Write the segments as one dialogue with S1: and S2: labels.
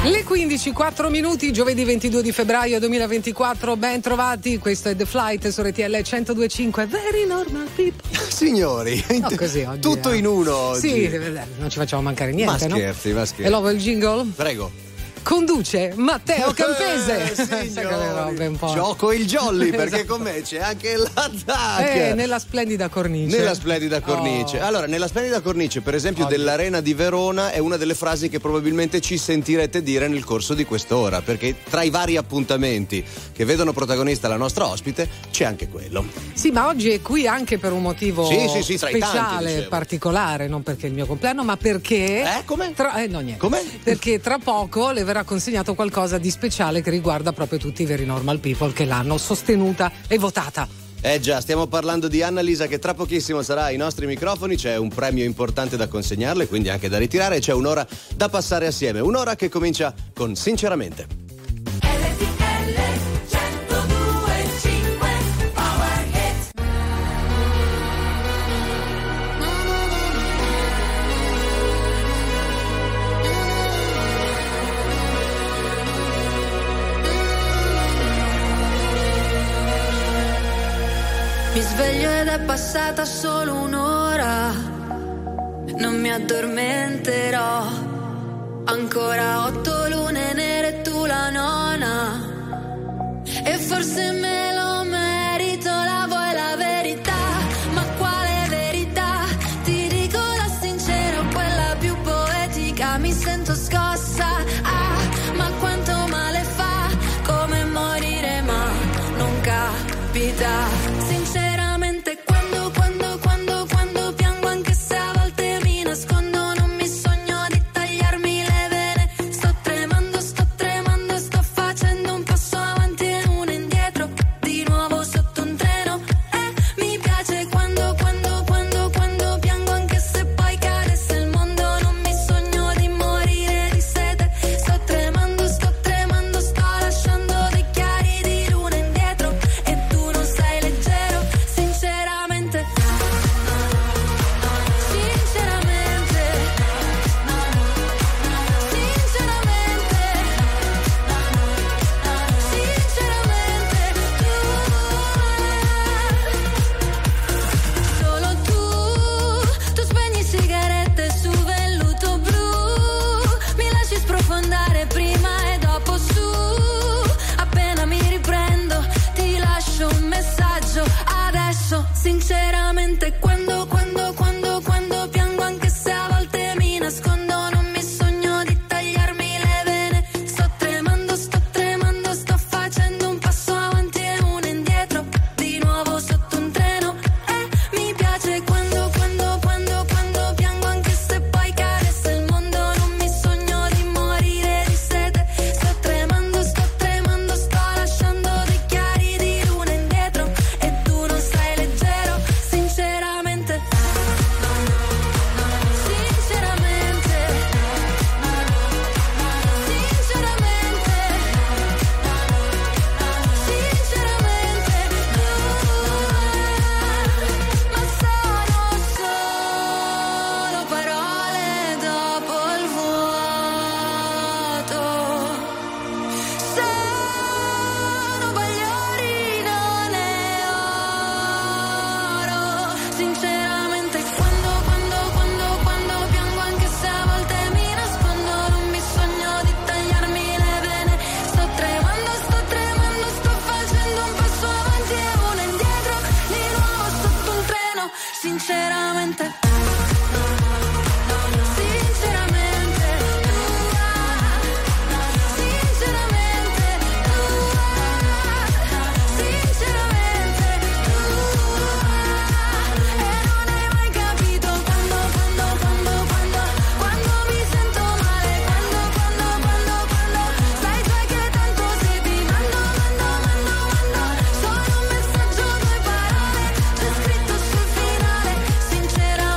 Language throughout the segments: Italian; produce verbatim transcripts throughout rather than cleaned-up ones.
S1: Le quindici, quattro minuti, giovedì ventidue di febbraio duemilaventiquattro, ben trovati, questo è The Flight su R T L centodue e cinque, Very Normal People.
S2: Signori,
S1: no, così oggi,
S2: tutto
S1: eh.
S2: in uno oggi.
S1: Sì, non ci facciamo mancare niente,
S2: ma scherzi,
S1: no?
S2: Ma scherzi,
S1: E lo vuoi il jingle?
S2: Prego.
S1: Conduce Matteo Campese.
S2: Eh,
S1: Sai quelle robe un po'.
S2: Gioco il jolly perché
S1: Esatto.
S2: con me c'è anche l'attack.
S1: Eh, nella splendida cornice.
S2: Nella splendida cornice.
S1: Oh.
S2: Allora, nella splendida cornice, per esempio,
S1: Oggi.
S2: dell'Arena di Verona è una delle frasi che probabilmente ci sentirete dire nel corso di quest'ora, perché tra i vari appuntamenti che vedono protagonista la nostra ospite c'è anche quello.
S1: Sì, ma oggi è qui anche per un motivo
S2: sì, sì, sì, tra i
S1: speciale,
S2: tanti, dicevo.
S1: particolare, non perché è il mio compleanno, ma perché
S2: Eh, come?
S1: Tra, eh, no, niente.
S2: Come?
S1: Perché tra poco le verrà consegnato qualcosa di speciale che riguarda proprio tutti i Very Normal People che l'hanno sostenuta e votata.
S2: Eh già, stiamo parlando di Annalisa che tra pochissimo sarà ai nostri microfoni, c'è un premio importante da consegnarle, quindi anche da ritirare, e c'è un'ora da passare assieme, un'ora che comincia con Sinceramente.
S3: Mi sveglio ed è passata solo un'ora, non mi addormenterò. Ancora otto lune nere e tu la nona, e forse me lo merito, la vuoi la verità? Ma quale verità? Ti dico la sincera, quella più poetica, mi sento scossa. Ah, ma quanto male fa, come morire ma non capita. Sinceramente quando, quando, quando, quando piango, anche se a volte mi nascondo, non mi sogno di tagliarmi le vene. Sto tremando, sto tremando, sto facendo un passo avanti e uno indietro, di nuovo sotto un treno. E mi piace quando, quando, quando, quando piango, anche se poi cadesse il mondo, non mi sogno di morire di sete. Sto tremando, sto tremando, sto lasciando dei chiari di luna indietro, e tu non sei leggero. Sinceramente, sinceramente, sinceramente, sinceramente, tu, solo tu, tu spegni sigarette su velluto blu, mi lasci sprofondare prima e dopo su, appena mi riprendo ti lascio un messaggio adesso. Sinceramente quando, quando, quando, quando piango, anche se a volte mi nascondo, non mi sogno di tagliarmi le vene. Sto tremando, sto tremando, sto facendo un passo avanti e uno indietro, di nuovo sotto un treno. E mi piace quando, quando, quando, quando piango, anche se poi cadesse il mondo, non mi sogno di morire di sete. Sto tremando, sto tremando, sto lasciando dei chiari di luna indietro, e tu non sei leggero. Sinceramente, sinceramente, sinceramente, sinceramente, ma sono solo parole dopo il vuoto. Sono bagliori, non è oro. Sinceramente quando, quando, quando, quando piango, anche se a volte mi nascondo, non mi sogno di tagliarmi le vene. Sto tremando, sto tremando, sto facendo un passo avanti e uno indietro, di nuovo sotto un treno. Sinceramente, sinceramente, sinceramente, sinceramente, e non hai mai capito quando, quando, quando, quando, quando mi sento male, quando, quando, quando, quando, sai già che tanto se ti mando, mando, mando, mando, solo un messaggio, due parole, c'è scritto sul finale. Sinceramente,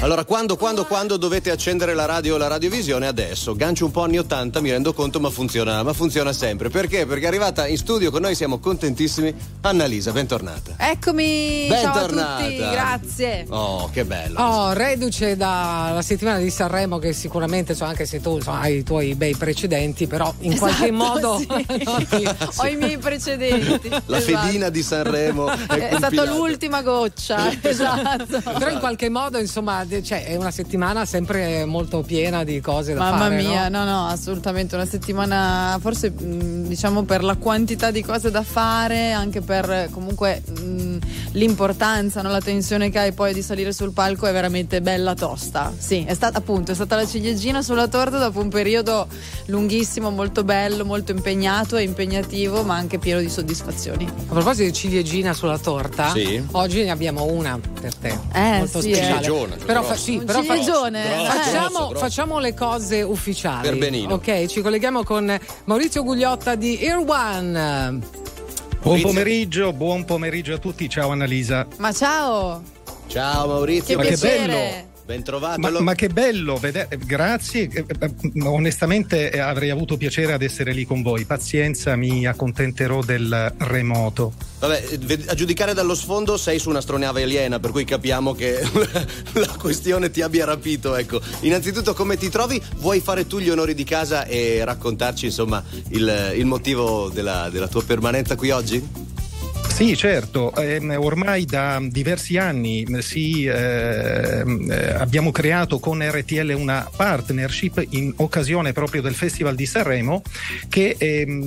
S2: Allora, quando, quando, quando dovete accendere la radio o la radiovisione? Adesso. Gancio un po' anni ottanta, mi rendo conto, ma funziona, ma funziona sempre. Perché? Perché è arrivata in studio con noi, siamo contentissimi. Annalisa, bentornata.
S4: Eccomi,
S2: bentornata.
S4: Ciao a tutti, grazie.
S2: Oh, che bello.
S1: Oh, reduce dalla settimana di Sanremo, che sicuramente, so, anche se tu so, hai i tuoi bei precedenti, però in
S4: esatto,
S1: qualche modo
S4: sì.
S1: no, ti...
S4: ho i miei precedenti.
S2: La
S4: esatto.
S2: fedina di Sanremo è,
S4: è stata l'ultima goccia. Esatto.
S1: Però in qualche modo, insomma, cioè, è una settimana sempre molto piena di cose da
S4: Mamma
S1: fare.
S4: Mamma mia,
S1: no?
S4: no, no, assolutamente una settimana, forse mh, diciamo per la quantità di cose da fare, anche per comunque mh, l'importanza, no? La tensione che hai poi di salire sul palco è veramente bella tosta. Sì, è stata appunto, è stata la ciliegina sulla torta dopo un periodo lunghissimo, molto bello, molto impegnato e impegnativo, ma anche pieno di soddisfazioni.
S1: A proposito di ciliegina sulla torta,
S2: sì.
S1: Oggi ne abbiamo una per te.
S4: Eh,
S1: molto
S4: sì,
S1: speciale.
S4: eh.
S1: Però, fa, sì,
S4: un
S1: però fa,
S4: ciliegione.
S2: grosso,
S1: facciamo,
S2: grosso, grosso.
S1: facciamo le cose ufficiali.
S2: Per benino.
S1: Ok, ci colleghiamo con Maurizio Gugliotta di Air One.
S5: Buon pomeriggio, buon pomeriggio a tutti. Ciao Annalisa.
S4: Ma ciao.
S2: Ciao Maurizio.
S4: Che
S5: Ma che
S4: piacere.
S5: bello.
S2: Ben trovato.
S5: Ma, ma che bello vedere, grazie. Eh, eh, onestamente eh, avrei avuto piacere ad essere lì con voi. Pazienza, mi accontenterò del remoto.
S2: Vabbè, a giudicare dallo sfondo sei su un'astronave aliena, per cui capiamo che la questione ti abbia rapito, ecco. Innanzitutto, come ti trovi? Vuoi fare tu gli onori di casa e raccontarci, insomma, il, il motivo della, della tua permanenza qui oggi?
S5: Sì, certo, eh, ormai da diversi anni sì, eh, abbiamo creato con R T L una partnership in occasione proprio del Festival di Sanremo che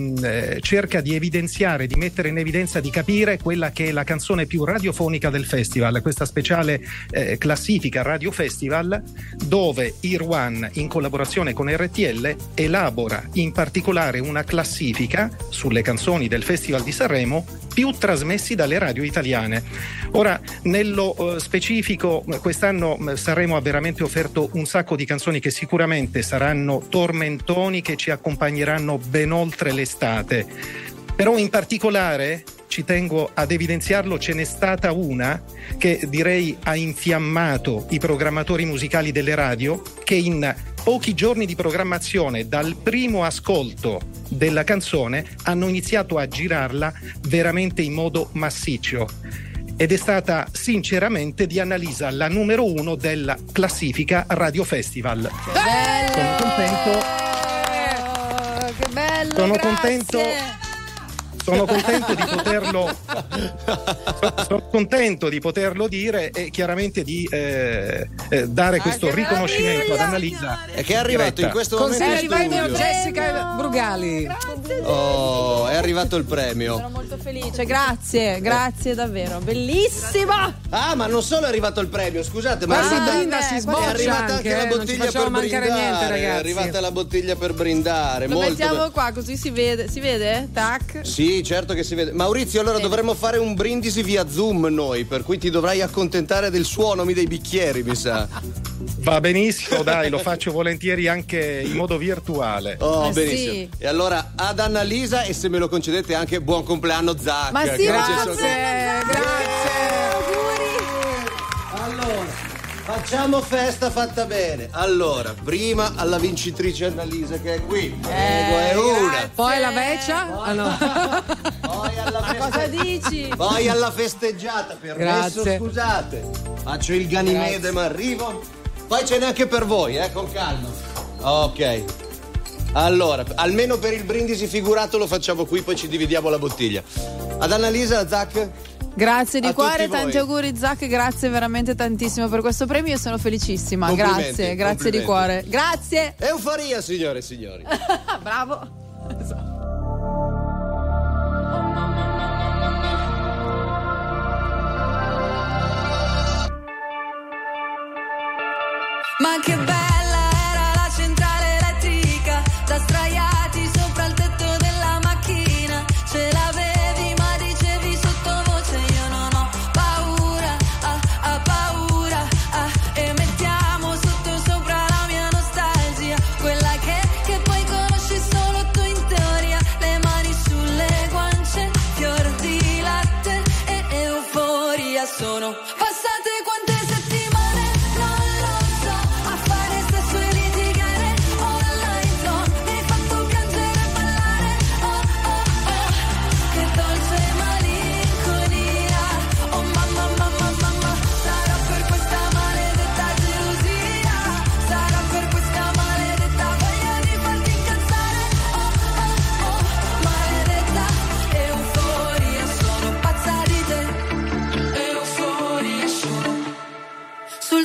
S5: eh, cerca di evidenziare, di mettere in evidenza, di capire quella che è la canzone più radiofonica del festival, questa speciale eh, classifica Radio Festival dove Air One in collaborazione con R T L elabora in particolare una classifica sulle canzoni del Festival di Sanremo più trasmessi dalle radio italiane. Ora, nello uh, specifico, quest'anno Sanremo ha veramente offerto un sacco di canzoni che sicuramente saranno tormentoni, che ci accompagneranno ben oltre l'estate. Però in particolare, ci tengo ad evidenziarlo, ce n'è stata una che direi ha infiammato i programmatori musicali delle radio, che in pochi giorni di programmazione, dal primo ascolto della canzone, hanno iniziato a girarla veramente in modo massiccio. Ed è stata sinceramente di Annalisa la numero uno della classifica Radio Festival.
S4: Che bello!
S5: Sono contento.
S4: Che bello!
S5: Sono
S4: grazie.
S5: contento. Sono contento di poterlo sono contento di poterlo dire e chiaramente di eh, eh, dare questo riconoscimento ad Annalisa.
S2: E che è arrivato
S5: diretta.
S2: in questo
S1: Con
S2: momento in
S1: arrivato
S2: studio.
S1: Jessica Brugali.
S4: Grazie.
S2: Oh, è arrivato il premio.
S4: Sono molto felice, grazie, grazie davvero, bellissima!
S2: Ah, ma non solo è arrivato il premio, scusate, ma
S1: Ma
S2: è
S1: si
S2: arrivata,
S1: brinda, si
S2: è
S1: sboccia
S2: arrivata
S1: anche,
S2: anche
S1: eh,
S2: la
S1: non ci
S2: bottiglia per
S1: facciamo mancare
S2: brindare.
S1: niente, ragazzi.
S2: È arrivata la bottiglia per brindare.
S4: Lo
S2: molto
S4: mettiamo
S2: be-
S4: qua così si vede, si vede? Tac.
S2: Sì, certo che si vede. Maurizio, allora
S4: Sì.
S2: dovremmo fare un brindisi via Zoom noi, per cui ti dovrai accontentare del suono dei bicchieri, mi sa.
S5: Va benissimo, dai, lo faccio volentieri anche in modo virtuale.
S2: Oh,
S4: Eh,
S2: benissimo.
S4: sì.
S2: E allora ad Annalisa, e se me lo concedete anche buon compleanno Zac.
S4: Ma sì,
S2: che
S4: buon
S2: oggi è il suo-
S4: compleanno, Zac!
S2: Auguri. Allora, facciamo festa fatta bene. Allora, prima alla vincitrice Annalisa che è qui. Prego, è una.
S1: Poi la vecchia? Ah, no.
S2: Poi alla
S4: Ma cosa
S2: feste-
S4: dici?
S2: Poi alla festeggiata, permesso,
S1: Grazie.
S2: scusate. Faccio il Ganimede, ma arrivo. Poi ce n'è anche per voi, eh, con calma. Ok. Allora, almeno per il brindisi figurato lo facciamo qui, poi ci dividiamo la bottiglia. Ad Annalisa, Zac.
S4: Grazie di
S2: A
S4: cuore,
S2: tutti voi.
S4: tanti auguri Zac, grazie veramente tantissimo per questo premio e sono felicissima.
S2: Complimenti,
S4: Grazie, grazie di
S2: complimenti.
S4: cuore. Grazie.
S2: Euforia, signore e signori.
S4: Bravo.
S3: Ma che bella era la centrale elettrica, da sdraiati sopra il tetto della macchina. Ce l'avevi ma dicevi sottovoce io non ho paura, ah, ah, paura, ah. E mettiamo sotto sopra la mia nostalgia, quella che, che poi conosci solo tu in teoria. Le mani sulle guance, fior di latte e euforia. Sono passate quante settimane, non lo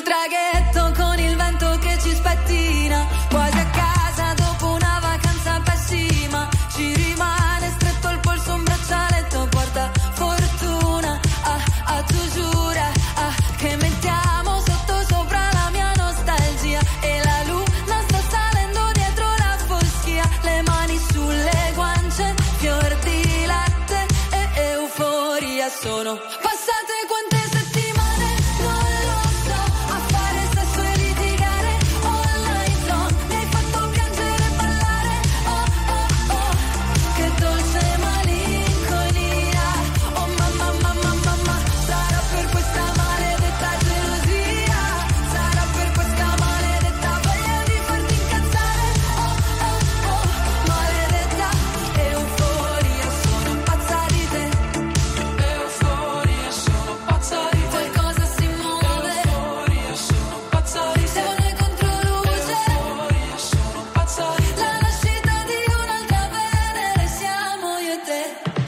S3: sul traghetto con il vento che ci spettina, quasi a casa dopo una vacanza pessima, ci rimane stretto al polso un braccialetto porta fortuna, ah, ah, tu giura, ah, che mettiamo sotto sopra la mia nostalgia e la luna sta salendo dietro la foschia, le mani sulle guance, fior di latte e euforia sono passate quante settimane, non lo so, a fare sesso e litigare online zone, mi hai fatto piangere e ballare, oh oh oh, che dolce malinconia, oh mamma mamma mamma, sarà per questa maledetta gelosia, sarà per questa maledetta voglia di farti incazzare, oh oh oh, maledetta euforia, sono pazza di te, euforia, sono pazza di te, qualcosa si muove, euforia, sono pazza di te, siamo noi contro luce, euforia, sono pazza di te, la nascita di un'altra Venere siamo io e te,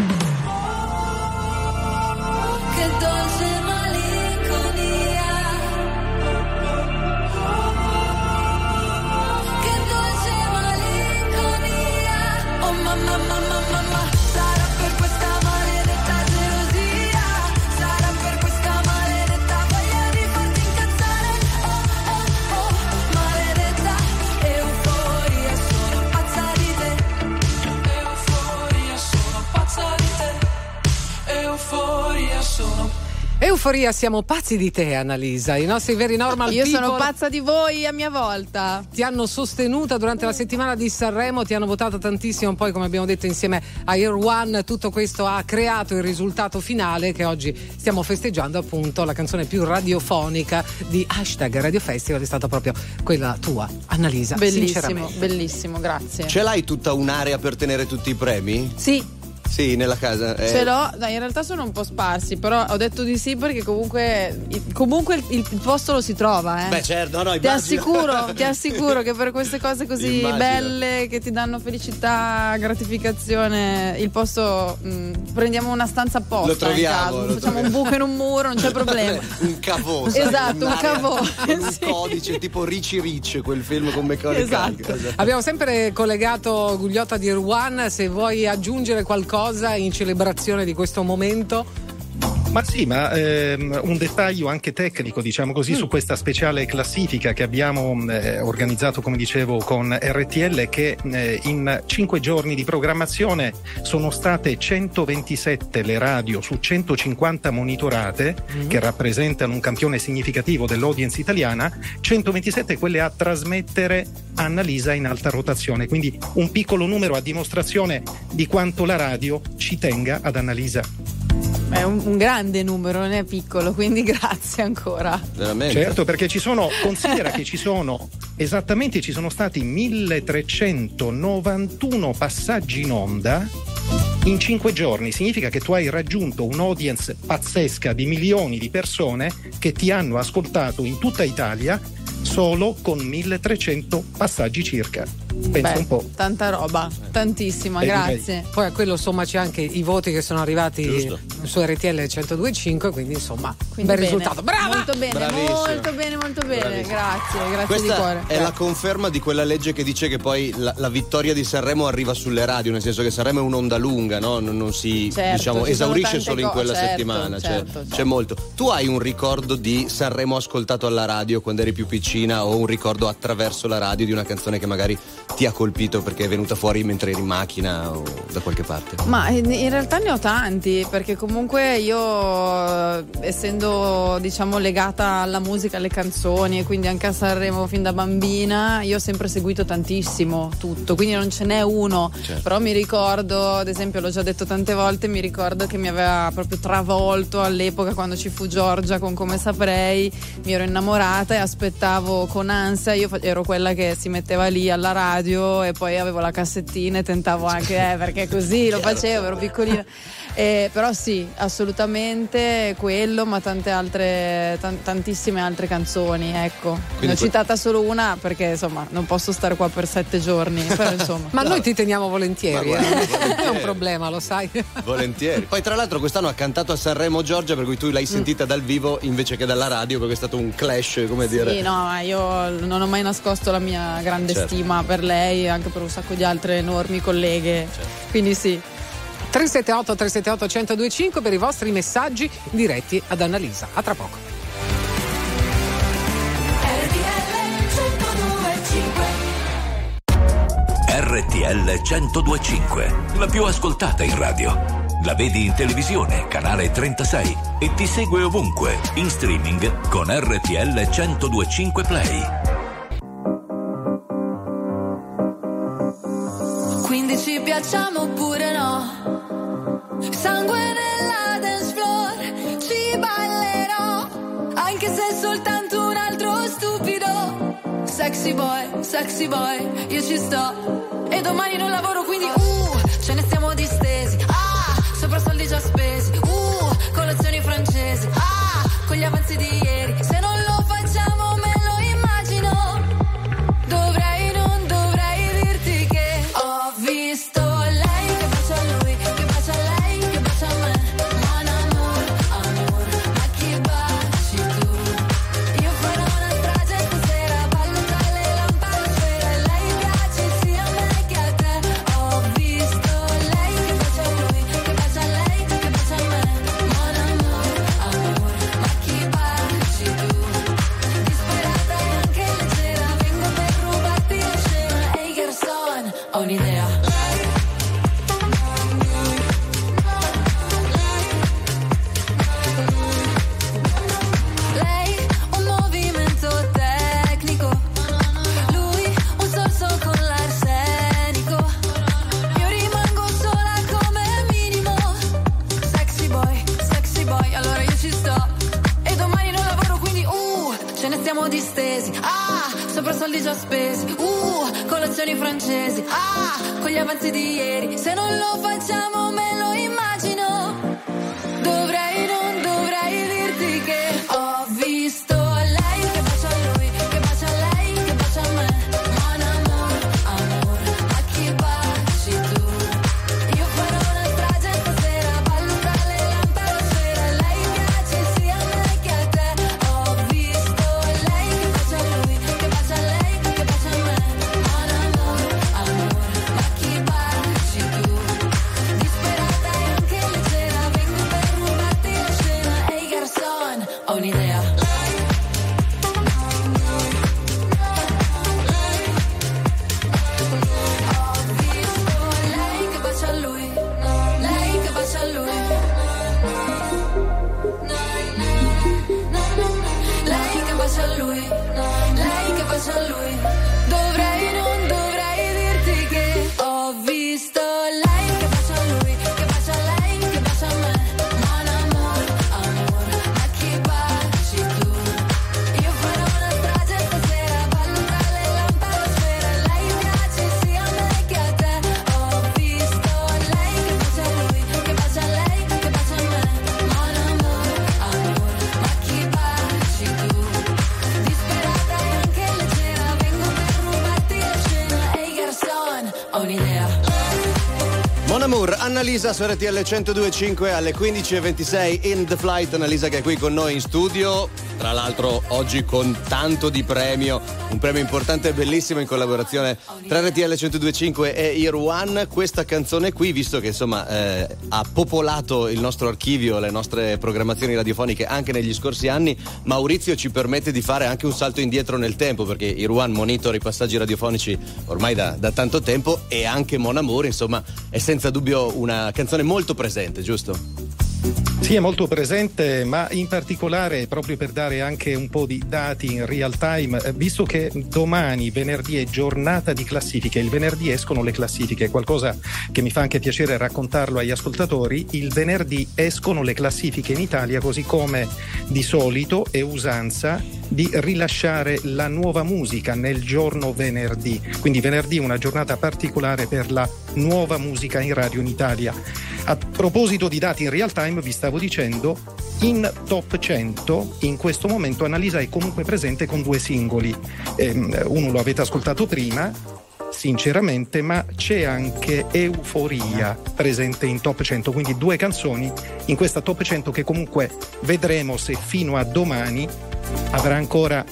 S3: che dolce malinconia, che dolce malinconia, oh mamma mamma mamma, sarà per questa maledetta gelosia, sarà per questa maledetta voglia di farti incazzare, oh oh oh, maledetta euforia, sono pazza di te, euforia, sono pazza di te, euforia, sono
S1: Euforia, siamo pazzi di te, Annalisa. I nostri veri normal
S4: Io
S1: people
S4: sono pazza di voi a mia volta.
S1: ti hanno sostenuta durante la settimana di Sanremo, ti hanno votato tantissimo, poi come abbiamo detto insieme a Year One tutto questo ha creato il risultato finale che oggi stiamo festeggiando, appunto la canzone più radiofonica di hashtag Radio Festival è stata proprio quella tua, Annalisa.
S4: Bellissimo,
S1: sinceramente.
S4: bellissimo, grazie.
S2: Ce l'hai tutta un'area per tenere tutti i premi?
S4: Sì,
S2: Sì, nella casa. eh.
S4: ce l'ho, dai, in realtà sono un po' sparsi, però ho detto di sì perché comunque comunque il, il posto lo si trova, eh.
S2: Beh, certo, no, no,
S4: Ti
S2: immagino.
S4: assicuro, ti assicuro che per queste cose così
S2: Immagino.
S4: belle che ti danno felicità, gratificazione, il posto mh, prendiamo una stanza apposta
S2: Lo troviamo,
S4: in casa,
S2: lo
S4: facciamo
S2: troviamo.
S4: un buco in un muro, non c'è problema.
S2: Un cavò, sai,
S4: Esatto, un
S2: un'area
S4: cavò,
S2: con un
S4: sì.
S2: codice tipo Richie Rich, quel film con Macaulay
S4: Esatto.
S2: Culkin.
S1: Abbiamo sempre collegato Gugliotta di Year One, se vuoi aggiungere qualcosa in celebrazione di questo momento.
S5: Ma sì, ma ehm, un dettaglio anche tecnico, diciamo così,
S1: Mm.
S5: su questa speciale classifica che abbiamo eh, organizzato, come dicevo, con R T L, che eh, in cinque giorni di programmazione sono state centoventisette le radio su centocinquanta monitorate,
S1: Mm.
S5: che rappresentano un campione significativo dell'audience italiana, centoventisette quelle a trasmettere Annalisa in alta rotazione, quindi un piccolo numero a dimostrazione di quanto la radio ci tenga ad Annalisa.
S4: È un, un grande numero, non è piccolo, quindi grazie ancora.
S2: Veramente.
S5: Certo, perché ci sono, considera che ci sono esattamente ci sono stati milletrecentonovantuno passaggi in onda in cinque giorni. Significa che tu hai raggiunto un'audience pazzesca di milioni di persone che ti hanno ascoltato in tutta Italia solo con milletrecento passaggi circa. Pensa
S4: Beh,
S5: un po'.
S4: tanta roba, tantissima,
S5: Eh, direi.
S4: grazie.
S1: Poi a quello insomma c'è anche i voti che sono arrivati
S2: Giusto.
S1: su R T L centodue e cinque, quindi insomma
S4: Quindi
S1: bel
S4: bene,
S1: risultato. Brava!
S4: Molto bene,
S2: Bravissima.
S4: molto bene, molto bene.
S2: Bravissima.
S4: Grazie, grazie
S2: Questa
S4: di cuore.
S2: è la conferma di quella legge che dice che poi la, la vittoria di Sanremo arriva sulle radio, nel senso che Sanremo è un'onda lunga, no? Non, non si
S4: Certo,
S2: diciamo,
S4: ci sono
S2: esaurisce
S4: tante
S2: solo in
S4: co-
S2: quella
S4: certo,
S2: settimana.
S4: certo,
S2: c'è,
S4: certo.
S2: c'è molto. Tu hai un ricordo di Sanremo ascoltato alla radio quando eri più piccina, o un ricordo attraverso la radio di una canzone che magari ti ha colpito perché è venuta fuori mentre eri in macchina o da qualche parte?
S4: Ma in, in realtà ne ho tanti, perché comunque io, eh, essendo diciamo legata alla musica, alle canzoni e quindi anche a Sanremo fin da bambina, io ho sempre seguito tantissimo tutto, quindi non ce n'è uno.
S2: Certo.
S4: Però mi ricordo, ad esempio, l'ho già detto tante volte, mi ricordo che mi aveva proprio travolto all'epoca quando ci fu Giorgia con Come Saprei, mi ero innamorata e aspettavo aspettavo con ansia. Io ero quella che si metteva lì alla radio e poi avevo la cassettina e tentavo anche eh, perché così lo facevo, ero piccolina. Eh, però sì, assolutamente quello, ma tante altre t- tantissime altre canzoni, ecco. Quindi ne ho citata solo una perché insomma non posso stare qua per sette giorni, però insomma.
S1: Ma noi ti teniamo volentieri,
S2: Ma guarda,
S1: eh.
S2: volentieri.
S1: È un problema, lo sai.
S2: Volentieri. Poi tra l'altro quest'anno ha cantato a Sanremo Giorgia, per cui tu l'hai sentita dal vivo invece che dalla radio, perché è stato un clash, come dire.
S4: Sì, no, ma io non ho mai nascosto la mia grande
S2: Certo.
S4: stima per lei, anche per un sacco di altre enormi colleghe.
S2: Certo.
S4: Quindi sì.
S1: tre sette otto tre sette otto uno zero due cinque per i vostri messaggi diretti ad Annalisa. A tra poco.
S6: R T L centodue e cinque, la più ascoltata in radio. La vedi in televisione, canale trentasei, e ti segue ovunque, in streaming con R T L centodue e cinque Play.
S3: Quindi ci piacciamo oppure no? Sangue nella dance floor, ci ballerò, anche se è soltanto un altro stupido. Sexy boy, sexy boy, io ci sto. E domani non lavoro, quindi uh, ce ne stiamo distesi. Ah, sopra soldi già spesi. Uh, colazioni francesi. Ah, con gli avanzi di ieri. Se non lo facciamo me lo immagino. Dovrei, non dovrei dirti che ho visto lei che bacia a lui, che bacia a lei, che bacia a me. Mon amour, amor, ma chi baci tu? Io farò una strage stasera, ballo tra le lampadosfere. Lei piace sia a me che a te. Ho visto lei che bacia a lui, che bacia a lei, che bacia a me. Mon amour, amor, ma chi baci tu? Disperata e anche leggera, vengo per rubarti la scena. Ehi garçon, ho un'idea. Lei un movimento tecnico, lui un sorso con l'arsenico. Io rimango sola come minimo. Sexy boy, sexy boy, allora io ci sto. E domani non lavoro, quindi uh, ce ne stiamo distesi. Ah, sopra soldi già spesi. Uh, colazioni francesi. Ah, con gli avanzi di ieri. Se non lo facciamo me lo immagino. Dovrei, non dovrei dirti che ho visto lei che bacia a lui, che bacia a lei, che bacia a me. Mon amour, amor, ma chi baci tu? Io farò una strage stasera, ballo tra le lampadosfere. Lei piace sia a me che a te. Ho visto lei che bacia a lui, che bacia a lei, che bacia a me. Mon amour, amor, ma chi baci tu? Disperata e anche leggera, vengo per rubarti la scena. Ehi garçon, ho un'idea. Ho visto lei che bacia a lui, lei che bacia a lui. Lei che bacia a lui, lei che bacia a lui. Dovrei, non dovrei dirti che ho visto lei che bacia a lui, che bacia a lei, che bacia a me. Mon amour, amor, ma chi baci tu? Io farò una strage stasera, ballo tra le lampadosfere. Lei piace sia a me che a te. Ho visto lei che bacia a lui, che bacia a lei, che bacia a me. Mon amour, amor, ma chi baci tu? Disperata e anche leggera, vengo per rubarti la scena. Ehi garçon, ho un'idea.
S2: Mon amour, Annalisa su R T L centodue e cinque alle quindici e ventisei in The Flight. Annalisa che è qui con noi in studio, tra l'altro oggi con tanto di premio, un premio importante e bellissimo in collaborazione tra R T L centodue e cinque e Year One. Questa canzone qui, visto che insomma eh, ha popolato il nostro archivio, le nostre programmazioni radiofoniche anche negli scorsi anni, Maurizio ci permette di fare anche un salto indietro nel tempo, perché Year One monitora i passaggi radiofonici ormai da, da tanto tempo, e anche Mon Amour insomma è senza dubbio una canzone molto presente, giusto?
S5: Sì, è molto presente, ma in particolare proprio per dare anche un po' di dati in real time, eh, visto che domani, venerdì, è giornata di classifiche, il venerdì escono le classifiche, qualcosa che mi fa anche piacere raccontarlo agli ascoltatori. Il venerdì escono le classifiche in Italia, così come di solito è usanza, di rilasciare la nuova musica nel giorno venerdì, quindi venerdì è una giornata particolare per la nuova musica in radio in Italia. A proposito di dati in real time, vi stavo dicendo, in top cento in questo momento Annalisa è comunque presente con due singoli, ehm, uno lo avete ascoltato prima sinceramente, ma c'è anche Euforia presente in top cento, quindi due canzoni in questa top cento che comunque vedremo se fino a domani avrà ancora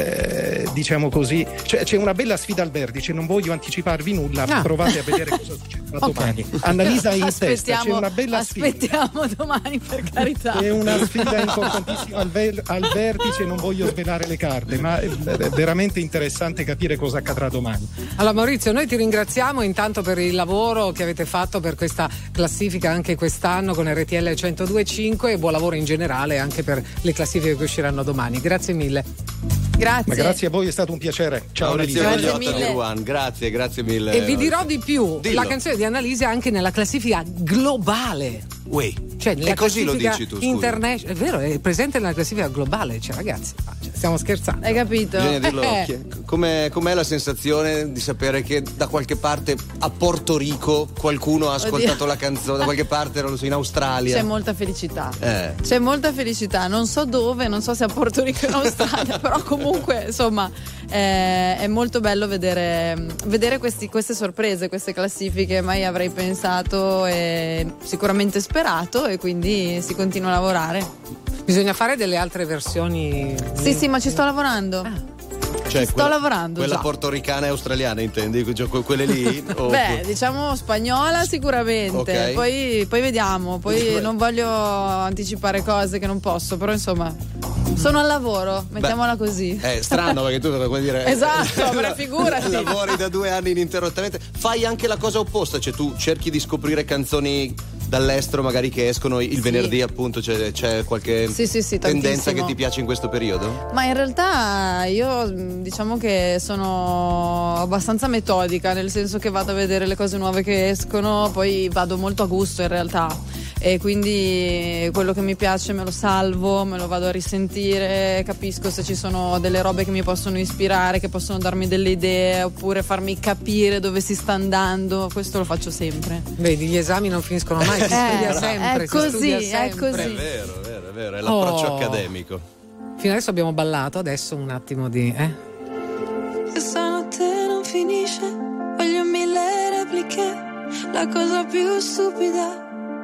S5: eh, diciamo così, cioè, c'è una bella sfida al vertice, non voglio anticiparvi nulla, ah. provate a vedere cosa succederà okay. domani. Annalisa in testa, c'è una bella sfida.
S4: Aspettiamo domani, per carità.
S5: È una sfida importantissima al, ver- al vertice, non voglio svelare le carte, ma è veramente interessante capire cosa accadrà domani.
S1: Allora Maurizio, noi ti ringraziamo intanto per il lavoro che avete fatto per questa classifica anche quest'anno con R T L centodue e cinque e buon lavoro in generale anche per le classifiche che usciranno domani. Grazie mille.
S4: Grazie.
S5: Ma grazie a voi, è stato un piacere. Ciao
S2: Maurizio Gagliotta, grazie, grazie mille.
S1: E vi dirò di più,
S2: Dillo.
S1: La canzone di Annalisa è anche nella classifica globale.
S2: Uè.
S1: Cioè, nella
S2: e così lo
S1: classifica
S2: dici tu, scusa.
S1: Interna- è vero, è presente nella classifica globale, cioè ragazzi, cioè, stiamo scherzando.
S4: Hai capito?
S2: Bisogna dirlo.
S1: Eh.
S2: Com'è, com'è la sensazione di sapere che da qualche parte a Porto Rico qualcuno ha ascoltato
S4: Oddio.
S2: la canzone, da qualche parte, non lo so, in Australia?
S4: C'è molta felicità.
S2: Eh.
S4: C'è molta felicità, non so dove, non so se a Porto Rico o in Australia, però comunque insomma eh, è molto bello vedere, vedere questi, queste sorprese, queste classifiche. Mai avrei pensato e sicuramente sperato, e quindi si continua a lavorare.
S1: Bisogna fare delle altre versioni.
S4: Sì, sì, ma ci sto lavorando.
S1: Ah.
S2: Cioè,
S4: Sto
S2: quella,
S4: lavorando
S2: quella
S4: già.
S2: portoricana e australiana, intendi? Quelle lì? O...
S4: Beh, diciamo spagnola sicuramente.
S2: Okay.
S4: Poi, poi vediamo. Poi non voglio anticipare cose che non posso, però insomma sono al lavoro, mettiamola
S2: Beh,
S4: così.
S2: È strano perché tu vuoi dire.
S4: Esatto, ma figurati.
S2: Lavori da due anni ininterrottamente. Fai anche la cosa opposta, cioè tu cerchi di scoprire canzoni dall'estero magari che escono il
S4: sì.
S2: venerdì, appunto, c'è, c'è qualche
S4: sì, sì, sì,
S2: tendenza
S4: tantissimo.
S2: che ti piace in questo periodo?
S4: Ma in realtà io diciamo che sono abbastanza metodica, nel senso che vado a vedere le cose nuove che escono, poi vado molto a gusto in realtà, e quindi quello che mi piace me lo salvo, me lo vado a risentire, capisco se ci sono delle robe che mi possono ispirare, che possono darmi delle idee oppure farmi capire dove si sta andando. Questo lo faccio sempre.
S1: Vedi, gli esami non finiscono mai, si studia
S4: Eh,
S1: sempre,
S4: è
S1: si
S4: così,
S1: studia
S4: è
S1: sempre.
S4: così.
S2: È vero, è vero, è vero, è l'approccio
S1: Oh.
S2: accademico.
S1: Fino adesso abbiamo ballato, adesso un attimo di eh?
S3: Questa notte non finisce, voglio mille repliche, la cosa più stupida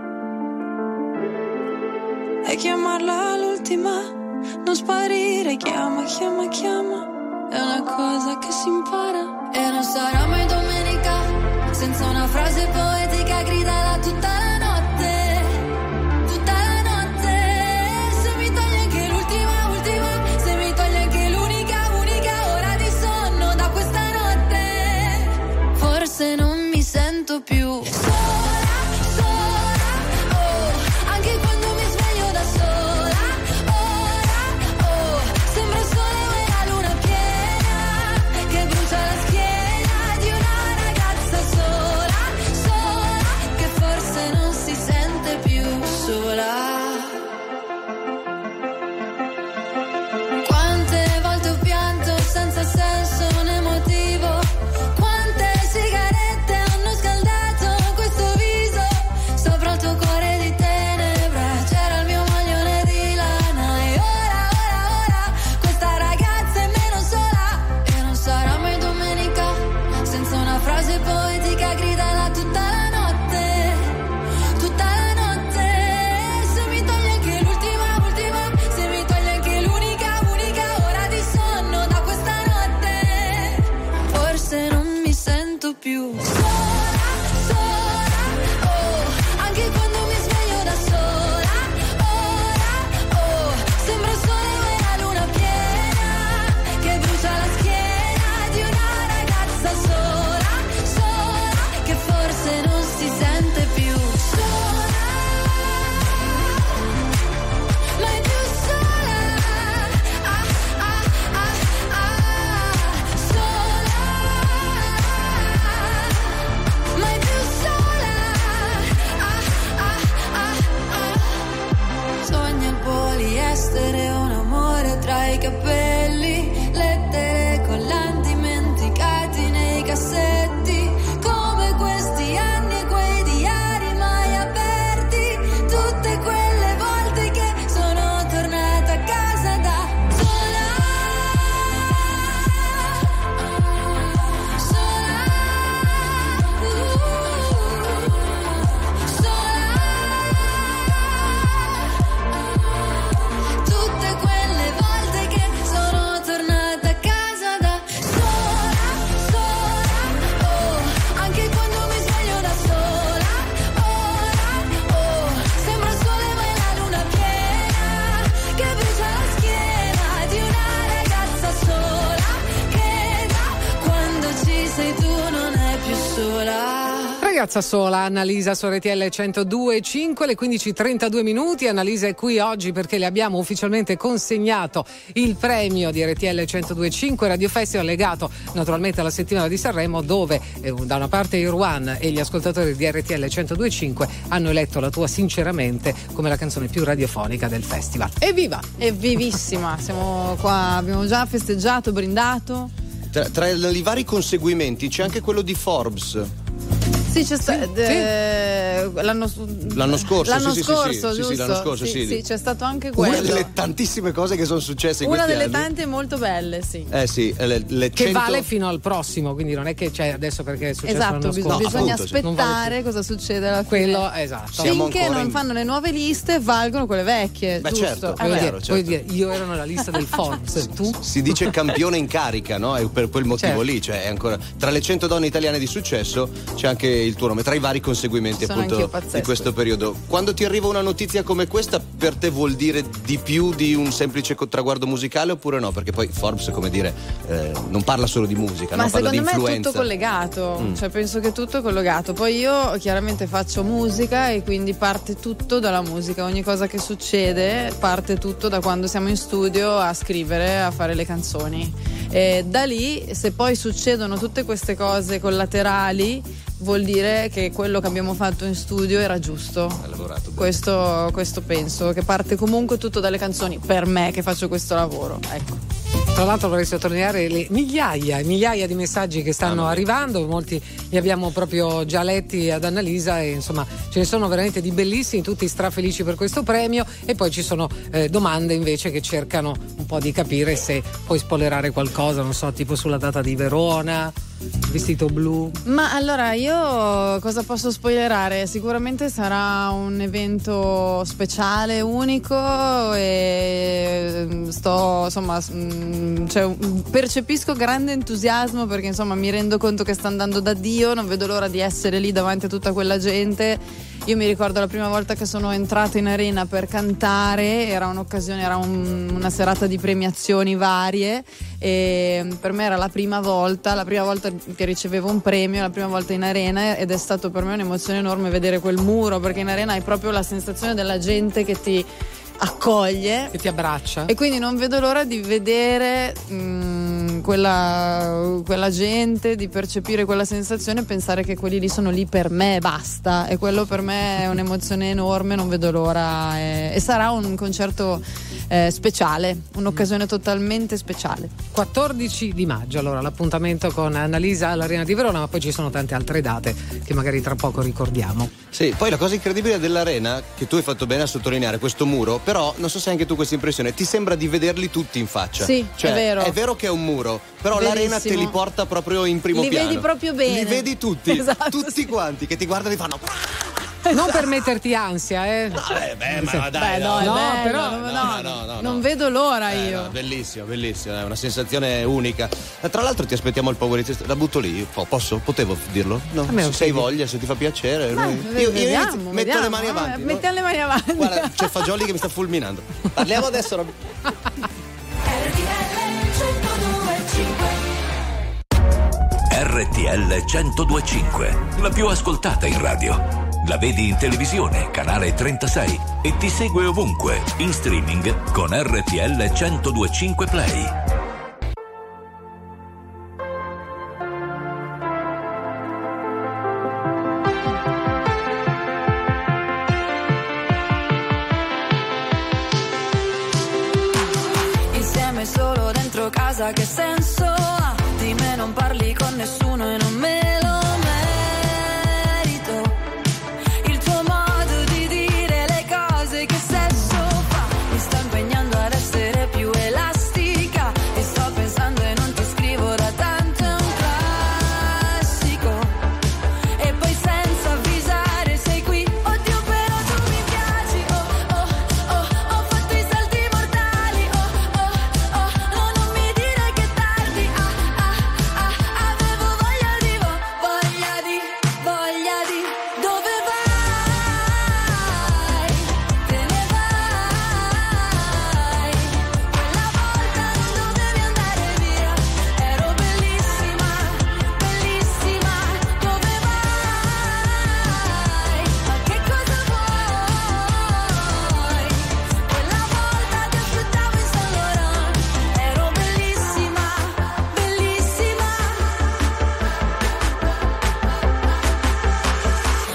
S3: è chiamarla l'ultima, non sparire, chiama, chiama, chiama, è una cosa che si impara. E non sarà mai domenica senza una frase poetica gridata tutta la notte, tutta la notte. Se mi togli anche l'ultima, ultima, se mi togli anche l'unica, unica ora di sonno da questa notte, forse non mi sento più sola, sola, oh, anche quando mi sveglio da sola, ora, oh, sembra il sole e la luna piena che brucia la schiena di una ragazza sola, sola, che forse non
S1: Ragazza sola, Annalisa su R T L centodue e cinque, le quindici e trentadue minuti. Annalisa è qui oggi perché le abbiamo ufficialmente consegnato il premio di R T L centodue e cinque Radio Festival, legato naturalmente alla settimana di Sanremo, dove eh, da una parte Irwan e gli ascoltatori di R T L centodue e cinque hanno eletto la tua Sinceramente come la canzone più radiofonica del festival. Evviva!
S4: Evvivissima, siamo qua, abbiamo già festeggiato, brindato.
S2: Tra, tra i vari conseguimenti c'è anche quello di Forbes.
S4: Sì, c'è stato
S1: sì,
S4: eh, l'anno,
S2: l'anno scorso,
S4: l'anno
S2: sì,
S4: scorso,
S2: sì, sì,
S4: giusto?
S2: sì, l'anno scorso, sì,
S4: sì,
S2: sì.
S4: sì, c'è stato anche quello.
S2: Una delle tantissime cose che sono successe in
S4: Una
S2: questi
S4: delle
S2: anni.
S4: tante molto belle, sì.
S2: Eh sì, le, le
S1: Che
S2: cento...
S1: vale fino al prossimo, quindi non è che c'è adesso perché è successo
S4: Esatto,
S1: l'anno
S4: bis-
S1: scorso.
S2: No,
S4: bisogna
S2: appunto, sì.
S4: aspettare
S1: vale
S4: cosa succede alla fine.
S1: quello, esatto.
S2: Siamo
S4: Finché
S2: ancora
S4: non
S2: in-
S4: fanno le nuove liste, valgono quelle vecchie.
S2: Beh,
S4: giusto?
S2: certo,
S4: Eh,
S1: Voglio
S4: beh.
S1: dire,
S2: certo.
S1: voglio dire, io ero nella lista del Forbes, tu?
S2: Si dice campione in carica, no? E per quel motivo
S1: Certo.
S2: lì, cioè è ancora tra le cento donne italiane di successo c'è anche il tuo nome, tra i vari conseguimenti
S4: Sono
S2: appunto
S4: anch'io pazzesco.
S2: di questo periodo. Quando ti arriva una notizia come questa, per te vuol dire di più di un semplice co- traguardo musicale oppure no? Perché poi Forbes, come dire, eh, non parla solo di musica,
S4: Ma
S2: no? Parla di
S4: secondo me è
S2: influenza.
S4: tutto collegato,
S2: Mm.
S4: cioè penso che tutto è collegato. Poi io chiaramente faccio musica e quindi parte tutto dalla musica, ogni cosa che succede parte tutto da quando siamo in studio a scrivere, a fare le canzoni. E da lì, se poi succedono tutte queste cose collaterali, vuol dire che quello che abbiamo fatto in studio era giusto.
S2: Hai lavorato bene.
S4: Questo, questo penso, che parte comunque tutto dalle canzoni, per me che faccio questo lavoro, ecco.
S1: Tra l'altro vorrei sottolineare le migliaia e migliaia di messaggi che stanno
S2: Ah,
S1: arrivando, molti li abbiamo proprio già letti ad Annalisa e insomma ce ne sono veramente di bellissimi, tutti strafelici per questo premio, e poi ci sono eh, domande invece che cercano un po' di capire se puoi spoilerare qualcosa, non so, tipo sulla data di Verona, vestito blu.
S4: Ma allora io cosa posso spoilerare? Sicuramente sarà un evento speciale, unico, e sto insomma mh, cioè, percepisco grande entusiasmo perché insomma mi rendo conto che sta andando da Dio, non vedo l'ora di essere lì davanti a tutta quella gente. Io mi ricordo la prima volta che sono entrata in arena per cantare, era un'occasione, era un, una serata di premiazioni varie e per me era la prima volta, la prima volta che ricevevo un premio, la prima volta in arena, ed è stato per me un'emozione enorme vedere quel muro, perché in arena hai proprio la sensazione della gente che ti accoglie,
S1: Che ti abbraccia.
S4: e quindi non vedo l'ora di vedere mh, quella, quella gente, di percepire quella sensazione e pensare che quelli lì sono lì per me e basta, e quello per me è un'emozione enorme, non vedo l'ora, e, e sarà un concerto eh, speciale, un'occasione totalmente speciale.
S1: quattordici di maggio, allora l'appuntamento con Annalisa all'Arena di Verona, ma poi ci sono tante altre date che magari tra poco ricordiamo.
S2: Sì, poi la cosa incredibile dell'arena, che tu hai fatto bene a sottolineare questo muro, però non so se hai anche tu questa impressione, ti sembra di vederli tutti in faccia.
S4: Sì,
S2: cioè,
S4: è vero.
S2: È vero che è un muro, però
S4: Verissimo.
S2: l'arena te li porta proprio in primo
S4: Li
S2: piano.
S4: vedi proprio bene.
S2: Li vedi tutti,
S4: Esatto,
S2: tutti
S4: sì.
S2: quanti che ti guardano e fanno.
S1: Non per metterti ansia, eh.
S2: Eh, beh, ma dai,
S4: Beh, no, è
S1: no,
S4: bello,
S1: però-
S4: no,
S2: no,
S4: no,
S2: no, no,
S4: non
S2: no.
S4: vedo l'ora
S2: Eh,
S4: io.
S2: no, bellissimo, bellissimo, è una sensazione unica. Eh, Tra l'altro ti aspettiamo al Power. La butto lì, po- posso? Potevo dirlo? No,
S1: A me
S2: se
S1: non
S2: sei
S1: chiedi.
S2: voglia, se ti fa piacere.
S4: Ma
S2: Noi-
S4: vediamo,
S2: inizio- metto
S4: vediamo,
S2: le mani
S4: eh,
S2: avanti. no?
S4: mettiamo le mani avanti.
S2: Guarda, c'è Fagioli che mi sta fulminando. Parliamo adesso. Rob-
S6: R T L centodue e cinque, la più ascoltata in radio. La vedi in televisione, canale trentasei, e ti segue ovunque, in streaming con R T L centodue e cinque Play.
S3: Insieme solo dentro casa, che senso ha? Di me non parli con nessuno e non me lo merito. Il tuo modo di dire le cose, che sesso fa? Mi sto impegnando ad essere più elastica e sto pensando e non ti scrivo da tanto, è un classico. E poi senza avvisare sei qui, oddio però tu mi piaci, oh oh oh, ho fatto i salti mortali, oh oh oh, no non mi dire che tardi, ah ah ah, avevo voglia di vo-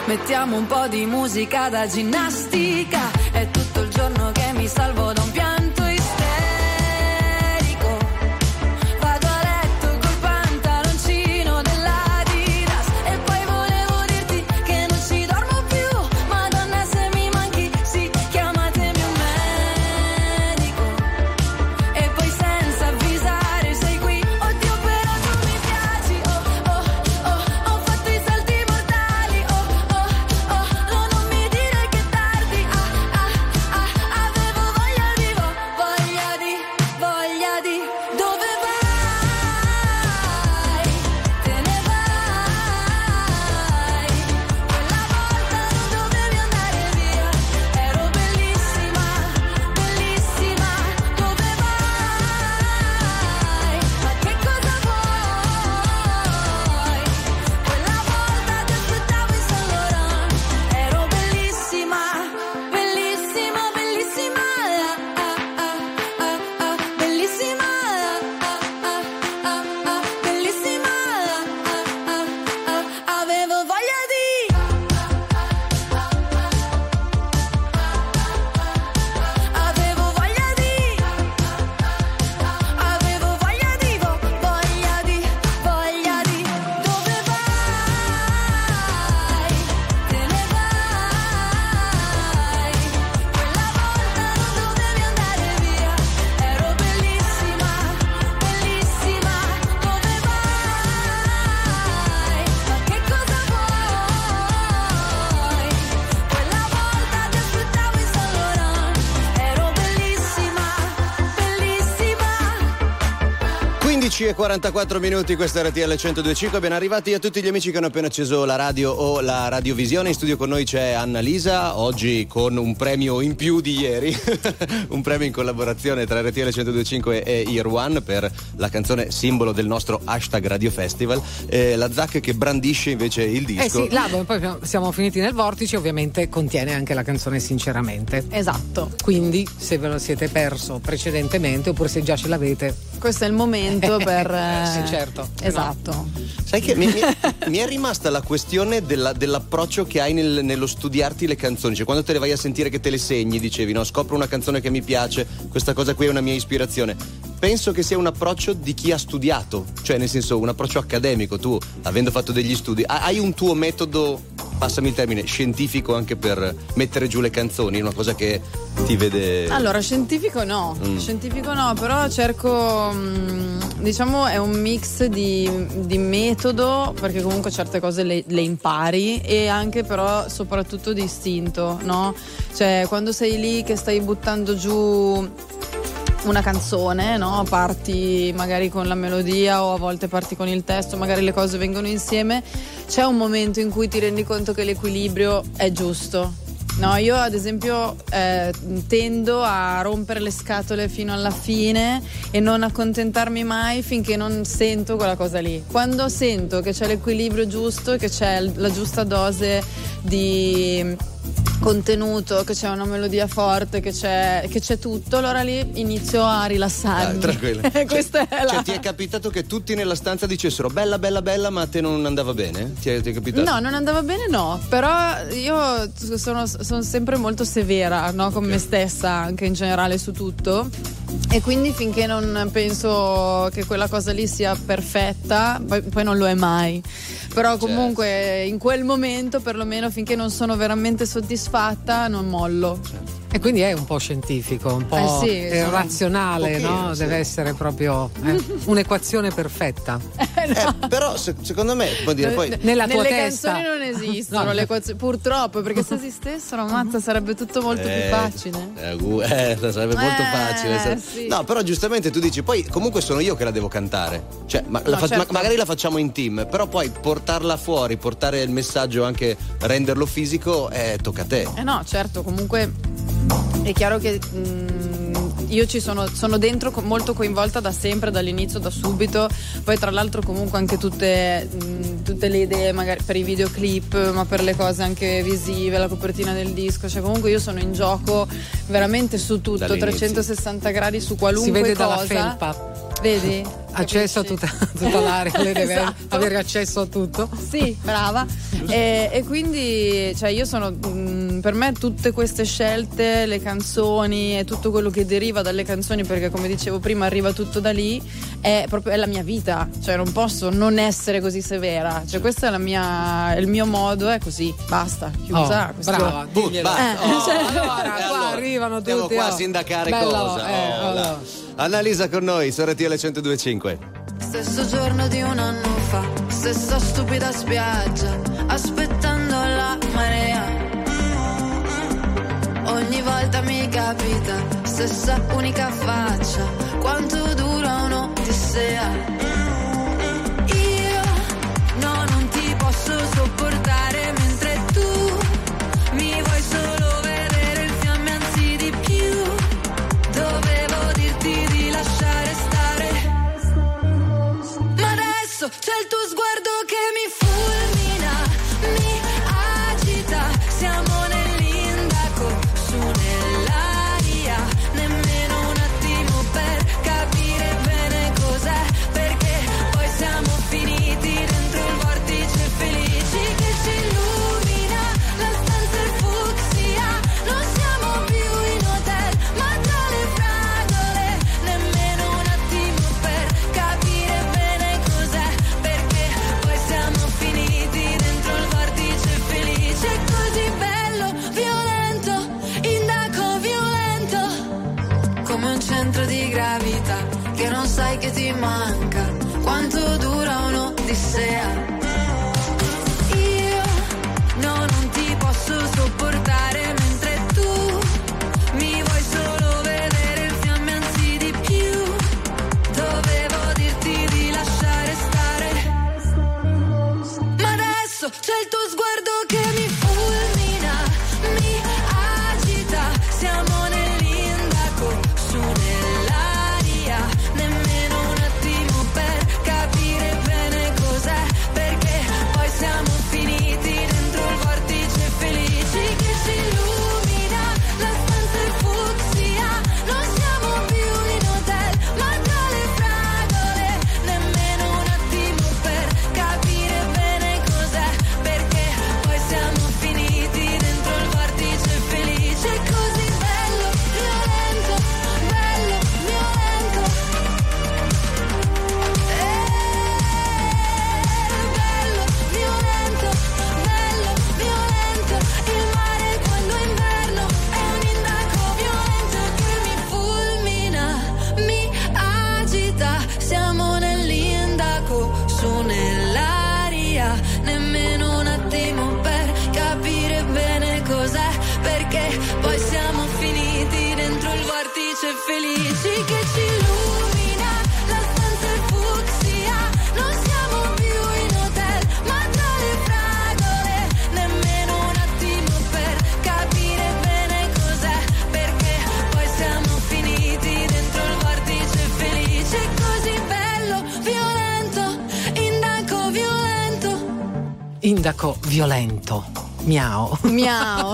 S3: Mettiamo un po' di musica da ginnastica. È tutto il giorno che mi salvo da un pianto isterico. Vado a letto col pantaloncino dell'Adidas. E poi volevo dirti che non ci dormo più. Madonna, se mi manchi, sì, chiamatemi un medico. E poi senza avvisare sei qui. Oddio, però tu mi piaci. Oh, oh, oh, ho fatto i salti mortali. Oh, oh, oh, no, non mi dire che tardi. Ah, ah, ah, avevo voglia di, vo- voglia di, voglia di. Dove vai? Te ne vai. Quella volta non dovevi andare via. Ero bellissima, bellissima. Dove vai? Ma che cosa vuoi? Quella volta ti aspettavo in Saint Laurent. Ero bellissima, bellissima, bellissima. Ah, ah, ah, ah, bellissima. Ah, ah, ah, ah, bellissima. Ah, ah, ah, avevo voglia di. Avevo voglia di. Avevo voglia di, vo- voglia di, voglia di. Dove vai? Te ne vai. Quella volta non dovevi andare via. Ero bellissima, bellissima. Dove vai? Ma che cosa vuoi? Quella volta ti aspettavo in Saint Laurent. Ero bellissima, bellissima.
S2: quindici e quarantaquattro minuti, questa è R T L centodue e cinque. Ben arrivati a tutti gli amici che hanno appena acceso la radio o la radiovisione. In studio con noi c'è Annalisa, oggi con un premio in più di ieri. Un premio in collaborazione tra R T L centodue e cinque e Year One per la canzone simbolo del nostro hashtag Radio Festival. Eh, la Zac che brandisce invece il disco.
S1: Eh sì, l'album, poi siamo finiti nel vortice, ovviamente contiene anche la canzone Sinceramente.
S4: Esatto.
S1: Quindi se ve lo siete perso precedentemente oppure se già ce l'avete,
S4: Questo è il momento per.
S1: Eh, sì, certo.
S4: Esatto.
S2: Sai che mi, mi- mi è rimasta la questione della- dell'approccio che hai nel- nello studiarti le canzoni, cioè quando te le vai a sentire che te le segni, dicevi no, scopro una canzone che mi piace, questa cosa qui è una mia ispirazione. Penso che sia un approccio di chi ha studiato, cioè nel senso un approccio accademico. Tu, avendo fatto degli studi, ha- hai un tuo metodo, passami il termine, scientifico anche per mettere giù le canzoni, una cosa che ti vede.
S4: Allora, scientifico no,
S2: Mm.
S4: scientifico no, però cerco, mh, diciamo, è un mix di, di metodo, perché comunque certe cose le, le impari, e anche però soprattutto di istinto, no? Cioè, quando sei lì che stai buttando giù una canzone, no? Parti magari con la melodia o a volte parti con il testo, magari le cose vengono insieme, c'è un momento in cui ti rendi conto che l'equilibrio è giusto. No, io ad esempio eh, tendo a rompere le scatole fino alla fine e non accontentarmi mai finché non sento quella cosa lì. Quando sento che c'è l'equilibrio giusto e che c'è la giusta dose di contenuto, che c'è una melodia forte, che c'è, che c'è tutto, allora lì inizio a rilassarmi.
S2: Ah, tranquilla.
S4: Questa
S2: Cioè,
S4: è la...
S2: cioè, ti è capitato che tutti nella stanza dicessero bella bella bella, ma a te non andava bene? Ti è, ti è capitato?
S4: No, non andava bene, no, però io sono, sono sempre molto severa, no, con
S2: Ok.
S4: me stessa, anche in generale su tutto, e quindi finché non penso che quella cosa lì sia perfetta, poi, poi non lo è mai, però comunque in quel momento, perlomeno finché non sono veramente soddisfatta, non mollo.
S1: e quindi è un po' scientifico, un po'
S4: Eh sì,
S1: eh,
S4: sono-
S1: razionale,
S2: un
S1: no?
S2: pochino, sì.
S1: Deve essere proprio eh, un'equazione perfetta.
S2: Eh, però se- secondo me, può dire, poi
S1: Nella tua
S4: Nelle
S1: testa.
S4: canzoni non esistono
S1: No.
S4: le equazioni, purtroppo, perché se esistessero, ammazza, sarebbe tutto molto
S2: Eh,
S4: più facile.
S2: eh, gu- eh, sarebbe molto
S4: Eh,
S2: facile. sa-
S4: sì.
S2: No, però giustamente tu dici, poi comunque sono io che la devo cantare. Cioè, ma- la
S4: No,
S2: fa-
S4: certo.
S2: ma- magari la facciamo in team, però poi portarla fuori, portare il messaggio, anche renderlo fisico, eh, tocca a te.
S4: Eh no, certo, comunque è chiaro che mh, io ci sono, sono dentro co- molto coinvolta da sempre, dall'inizio, da subito. Poi tra l'altro comunque anche tutte, mh, tutte le idee magari per i videoclip, ma per le cose anche visive, la copertina del disco, cioè comunque io sono in gioco veramente su tutto,
S2: Dall'inizio.
S4: trecentosessanta gradi su
S1: Si
S4: qualunque
S1: vede
S4: cosa.
S1: dalla felpa.
S4: Vedi?
S1: Accesso a tutta, tutta l'area, lei deve
S4: Esatto.
S1: avere accesso a tutto.
S4: Sì, brava. E, e quindi, cioè, io sono mh, per me tutte queste scelte, le canzoni e tutto quello che deriva dalle canzoni, perché come dicevo prima arriva tutto da lì, è proprio è la mia vita. Cioè, non posso non essere così severa. Cioè, questo è la mia, il mio modo, è così, basta, chiusa.
S1: Oh,
S4: questo-
S1: brava, diglielo.
S2: basta.
S4: Eh,
S2: Oh,
S4: cioè,
S1: allora,
S2: e
S1: qua
S2: allora,
S1: arrivano tutti.
S2: Andiamo qua a
S1: oh.
S2: sindacare
S1: Bello,
S2: cosa.
S1: eh,
S2: Oh,
S1: allora.
S2: là. Annalisa con noi su R T L centodue e cinque.
S3: Stesso giorno di un anno fa, stessa stupida spiaggia, aspettando la marea. Ogni volta mi capita, stessa unica faccia, quanto dura un'odissea. Io no, non ti posso sopportare mentre tu mi vuoi solo vedere in fiamme, anzi di più. Dovevo dirti di lasciare stare, ma adesso c'è il tuo sguardo che mi fulmina, mi agita, siamo nell'indaco, su nell'aria, nemmeno un attimo per capire bene cos'è, perché poi siamo finiti dentro il vortice felici che ci illumina, la stanza è fucsia, non siamo più in hotel, ma tra le fragole, nemmeno un attimo per capire bene cos'è, perché poi siamo finiti dentro il vortice felice, così bello, violento, indaco violento, come un centro di gravità che non sai che ti manca, quanto dura un'odissea. Io no, non ti posso sopportare mentre tu mi vuoi solo vedere in fiamme, anzi di più. Dovevo dirti di lasciare stare, ma adesso c'è il tuo sguardo che mi fulmina, mi agita, siamo nell'indaco, su nell'aria, nemmeno un attimo per capire bene cos'è, perché poi siamo finiti dentro il vortice felici che ci illumina, la stanza è fucsia, non siamo più in hotel, ma tra le fragole, nemmeno un attimo per capire bene cos'è, perché poi siamo finiti dentro il vortice felice, così bello, violento, bello, violento, bello, violento, bello, violento, il mare quando è inverno è un indaco violento che mi fulmina, mi agita, siamo nell'indaco, su nell'aria, nemmeno un attimo per capire bene cos'è, perché poi siamo finiti dentro il vortice felici che ci illumina, la stanza è fucsia, non siamo più in hotel, ma tra le fragole, nemmeno un attimo per capire bene cos'è, perché poi siamo finiti dentro il vortice felice, così bello, violento, indaco violento.
S1: Indaco violento. Miau.
S4: Miau.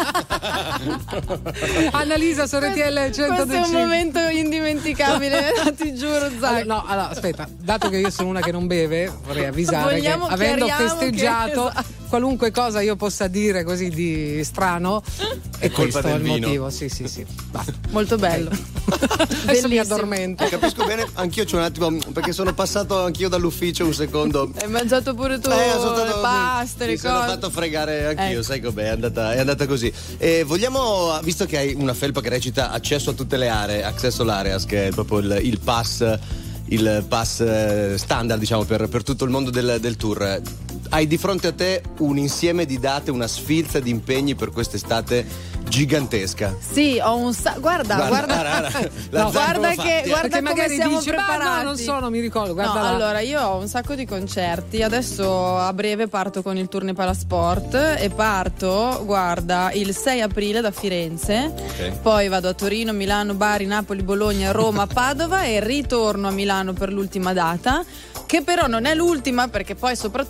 S1: Annalisa su R T L
S4: Questo è un
S1: centodue e cinque.
S4: momento indimenticabile, ti giuro, Zach.
S1: Allora, no, allora, aspetta, dato che io sono una che non beve, vorrei avvisare
S4: Vogliamo,
S1: che avendo
S4: chiariamo
S1: festeggiato,
S4: che- esatto.
S1: qualunque cosa io possa dire così di strano,
S2: È
S1: e
S2: colpa
S1: questo è il
S2: del vino.
S1: motivo. Sì, sì, sì. Basta.
S4: Molto bello.
S1: Adesso mi
S4: Bellissimo.
S1: addormento.
S2: Capisco bene, anch'io c'ho un attimo, perché sono passato anch'io dall'ufficio un secondo.
S4: Hai mangiato pure tu
S2: Eh, sono stato-
S4: le paste,
S2: mi
S4: le
S2: sono
S4: cose.
S2: fatto fregare anch'io,
S4: Ecco.
S2: sai com'è, è andata, è andata così. E vogliamo, visto che hai una felpa che recita accesso a tutte le aree, Access all Areas, che è proprio il, il pass, il pass eh, standard, diciamo, per, per tutto il mondo del, del tour. Hai di fronte a te un insieme di date, una sfilza di impegni per quest'estate gigantesca.
S4: Sì, ho un sa- guarda, guarda,
S2: guarda, la
S1: No,
S2: Zanco
S4: guarda
S2: fa-
S4: che- guarda
S1: Perché
S4: come
S1: magari
S4: siamo
S1: dici, ma
S4: preparati.
S1: no, non so, non mi ricordo. Guarda
S4: No,
S1: là.
S4: allora io ho un sacco di concerti. Adesso a breve parto con il Tour Palasport e parto, guarda, il sei aprile da Firenze.
S2: Ok.
S4: Poi vado a Torino, Milano, Bari, Napoli, Bologna, Roma, Padova e ritorno a Milano per l'ultima data, che però non è l'ultima, perché poi soprattutto abbiamo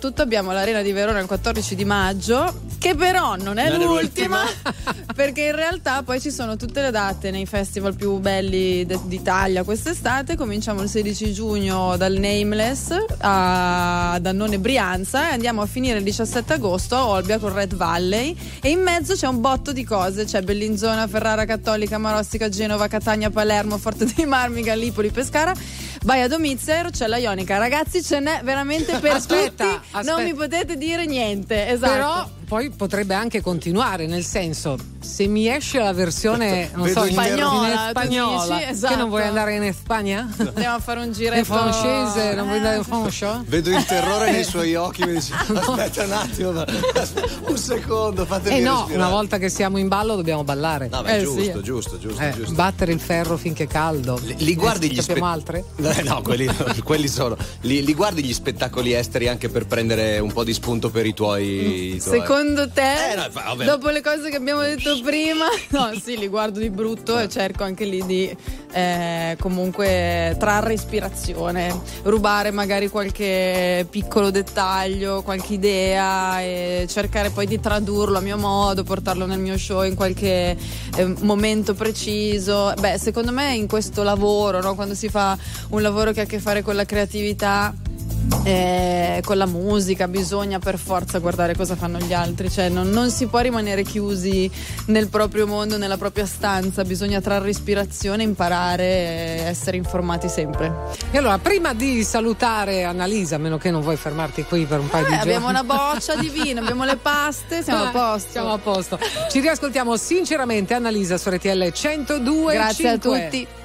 S4: avremo all'Arena di Verona il quattordici di maggio, che però non è
S2: Non è
S4: l'ultima,
S2: l'ultima.
S4: perché in realtà poi ci sono tutte le date nei festival più belli de- d'Italia quest'estate. Cominciamo il sedici giugno dal Nameless a Dannone Brianza e andiamo a finire il diciassette agosto a Olbia con Red Valley, e in mezzo c'è un botto di cose, c'è Bellinzona, Ferrara, Cattolica, Marostica, Genova, Catania, Palermo, Forte dei Marmi, Gallipoli, Pescara, Baia Domizia e Roccella Ionica. Ragazzi, ce n'è veramente per
S1: Aspetta,
S4: tutti,
S1: aspetta.
S4: non mi potete dire niente. Esatto.
S1: Però poi potrebbe anche continuare, nel senso, se mi esce la versione non
S2: Vedo
S1: so, in
S4: spagnola,
S1: in
S4: tu
S1: spagnola,
S4: dici, esatto.
S1: che non vuoi andare in Spagna?
S4: Andiamo a fare un
S1: In
S4: giretto
S1: francese, non vuoi andare in Francia?
S2: Vedo il terrore nei suoi occhi, mi dice aspetta un attimo, ma- aspetta, un secondo, fatemi
S1: Eh no,
S2: respirare.
S1: una volta che siamo in ballo dobbiamo ballare.
S2: No, beh,
S4: Eh,
S2: giusto,
S4: sì.
S2: giusto, giusto,
S1: Eh,
S2: giusto.
S1: battere il ferro finché è caldo.
S2: Li, li guardi
S1: Ne
S2: gli
S1: sappiamo
S2: spett-
S1: altre?
S2: Eh, no, quelli, quelli sono. Li, li guardi gli spettacoli esteri anche per prendere un po' di spunto per i tuoi. i tuoi-
S4: Secondo te,
S2: Eh, no, vabbè.
S4: dopo le cose che abbiamo detto prima, no, sì, li guardo di brutto e cerco anche lì di eh, comunque trarre ispirazione, rubare magari qualche piccolo dettaglio, qualche idea e cercare poi di tradurlo a mio modo, portarlo nel mio show in qualche eh, momento preciso. Beh, secondo me in questo lavoro, no, quando si fa un lavoro che ha a che fare con la creatività, Eh, con la musica, bisogna per forza guardare cosa fanno gli altri, cioè non, non si può rimanere chiusi nel proprio mondo, nella propria stanza, bisogna trarre ispirazione, imparare e essere informati sempre.
S1: E allora, prima di salutare Annalisa, a meno che non vuoi fermarti qui per un paio
S4: Eh,
S1: di giorni.
S4: abbiamo una boccia di vino, abbiamo le paste, siamo a posto.
S1: Siamo a posto. Ci riascoltiamo sinceramente Annalisa su R T L centodue e
S4: Grazie
S1: cinque.
S4: a tutti.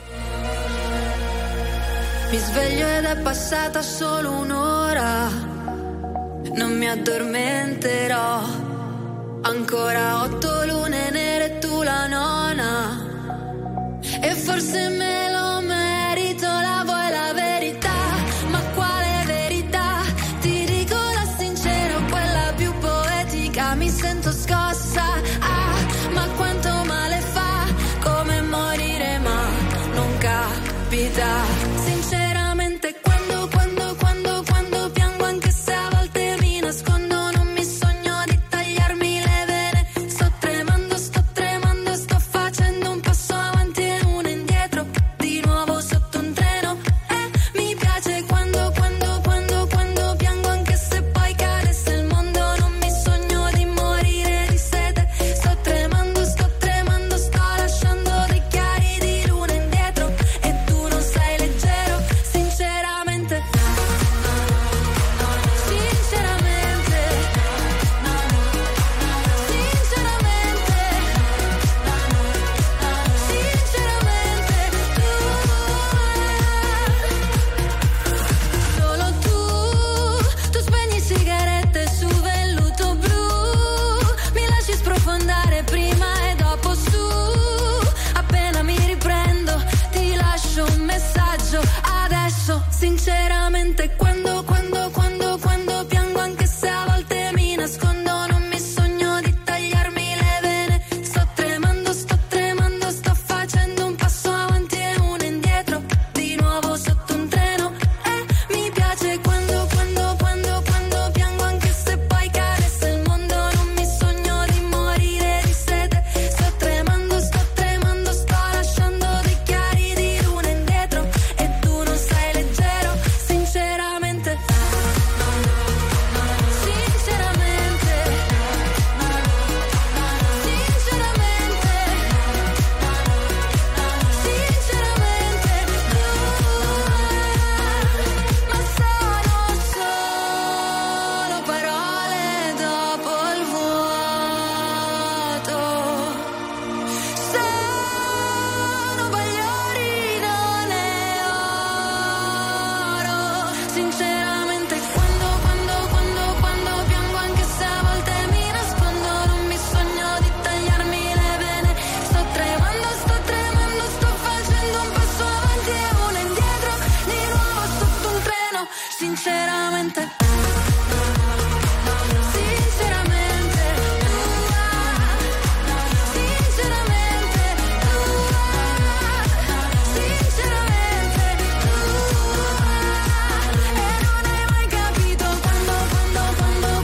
S3: Mi sveglio ed è passata solo un'ora, non mi addormenterò. Ancora otto lune nere e tu la nona, e forse me lo merito, la vuoi la verità? Ma quale verità? Ti dico la sincera, quella più poetica, mi sento scossa. Ah, ma quanto male fa, come morire ma non capita. Sinceramente quando, quando, quando, quando piango, anche se a volte mi nascondo, non mi sogno di tagliarmi le vene. Sto tremando, sto tremando, sto facendo un passo avanti e uno indietro, di nuovo sotto un treno. E mi piace quando, quando, quando, quando piango, anche se poi cadesse il mondo, non mi sogno di morire di sete. Sto tremando, sto tremando, sto lasciando dei chiari di luna indietro, e tu non sei leggero. Sinceramente, sinceramente, sinceramente, solo tu, tu spegni sigarette su velluto blu, mi lasci sprofondare prima e dopo su, appena mi riprendo ti lascio un messaggio adesso. Sinceramente quando, quando, quando, quando piango, anche se a volte mi nascondo, non mi sogno di tagliarmi le vene. Sto tremando, sto tremando, sto facendo un passo avanti e uno indietro, di nuovo sotto un treno. E mi piace quando, quando, quando, quando piango, anche se poi cadesse il mondo, non mi sogno di morire di sete. Sto tremando, sto tremando, sto lasciando dei chiari di luna indietro, e tu non sei leggero. Sinceramente, sinceramente, sinceramente, sinceramente, ma sono solo parole dopo il vuoto, sono bagliori, non è oro. Sinceramente quando, quando, quando, quando piango, anche se a volte mi nascondo, non mi sogno di tagliarmi le vene. Sto tremando, sto tremando, sto facendo un passo avanti e uno indietro, di nuovo sotto un treno. Sinceramente, sinceramente, sinceramente, sinceramente, e non hai mai capito quando, quando, quando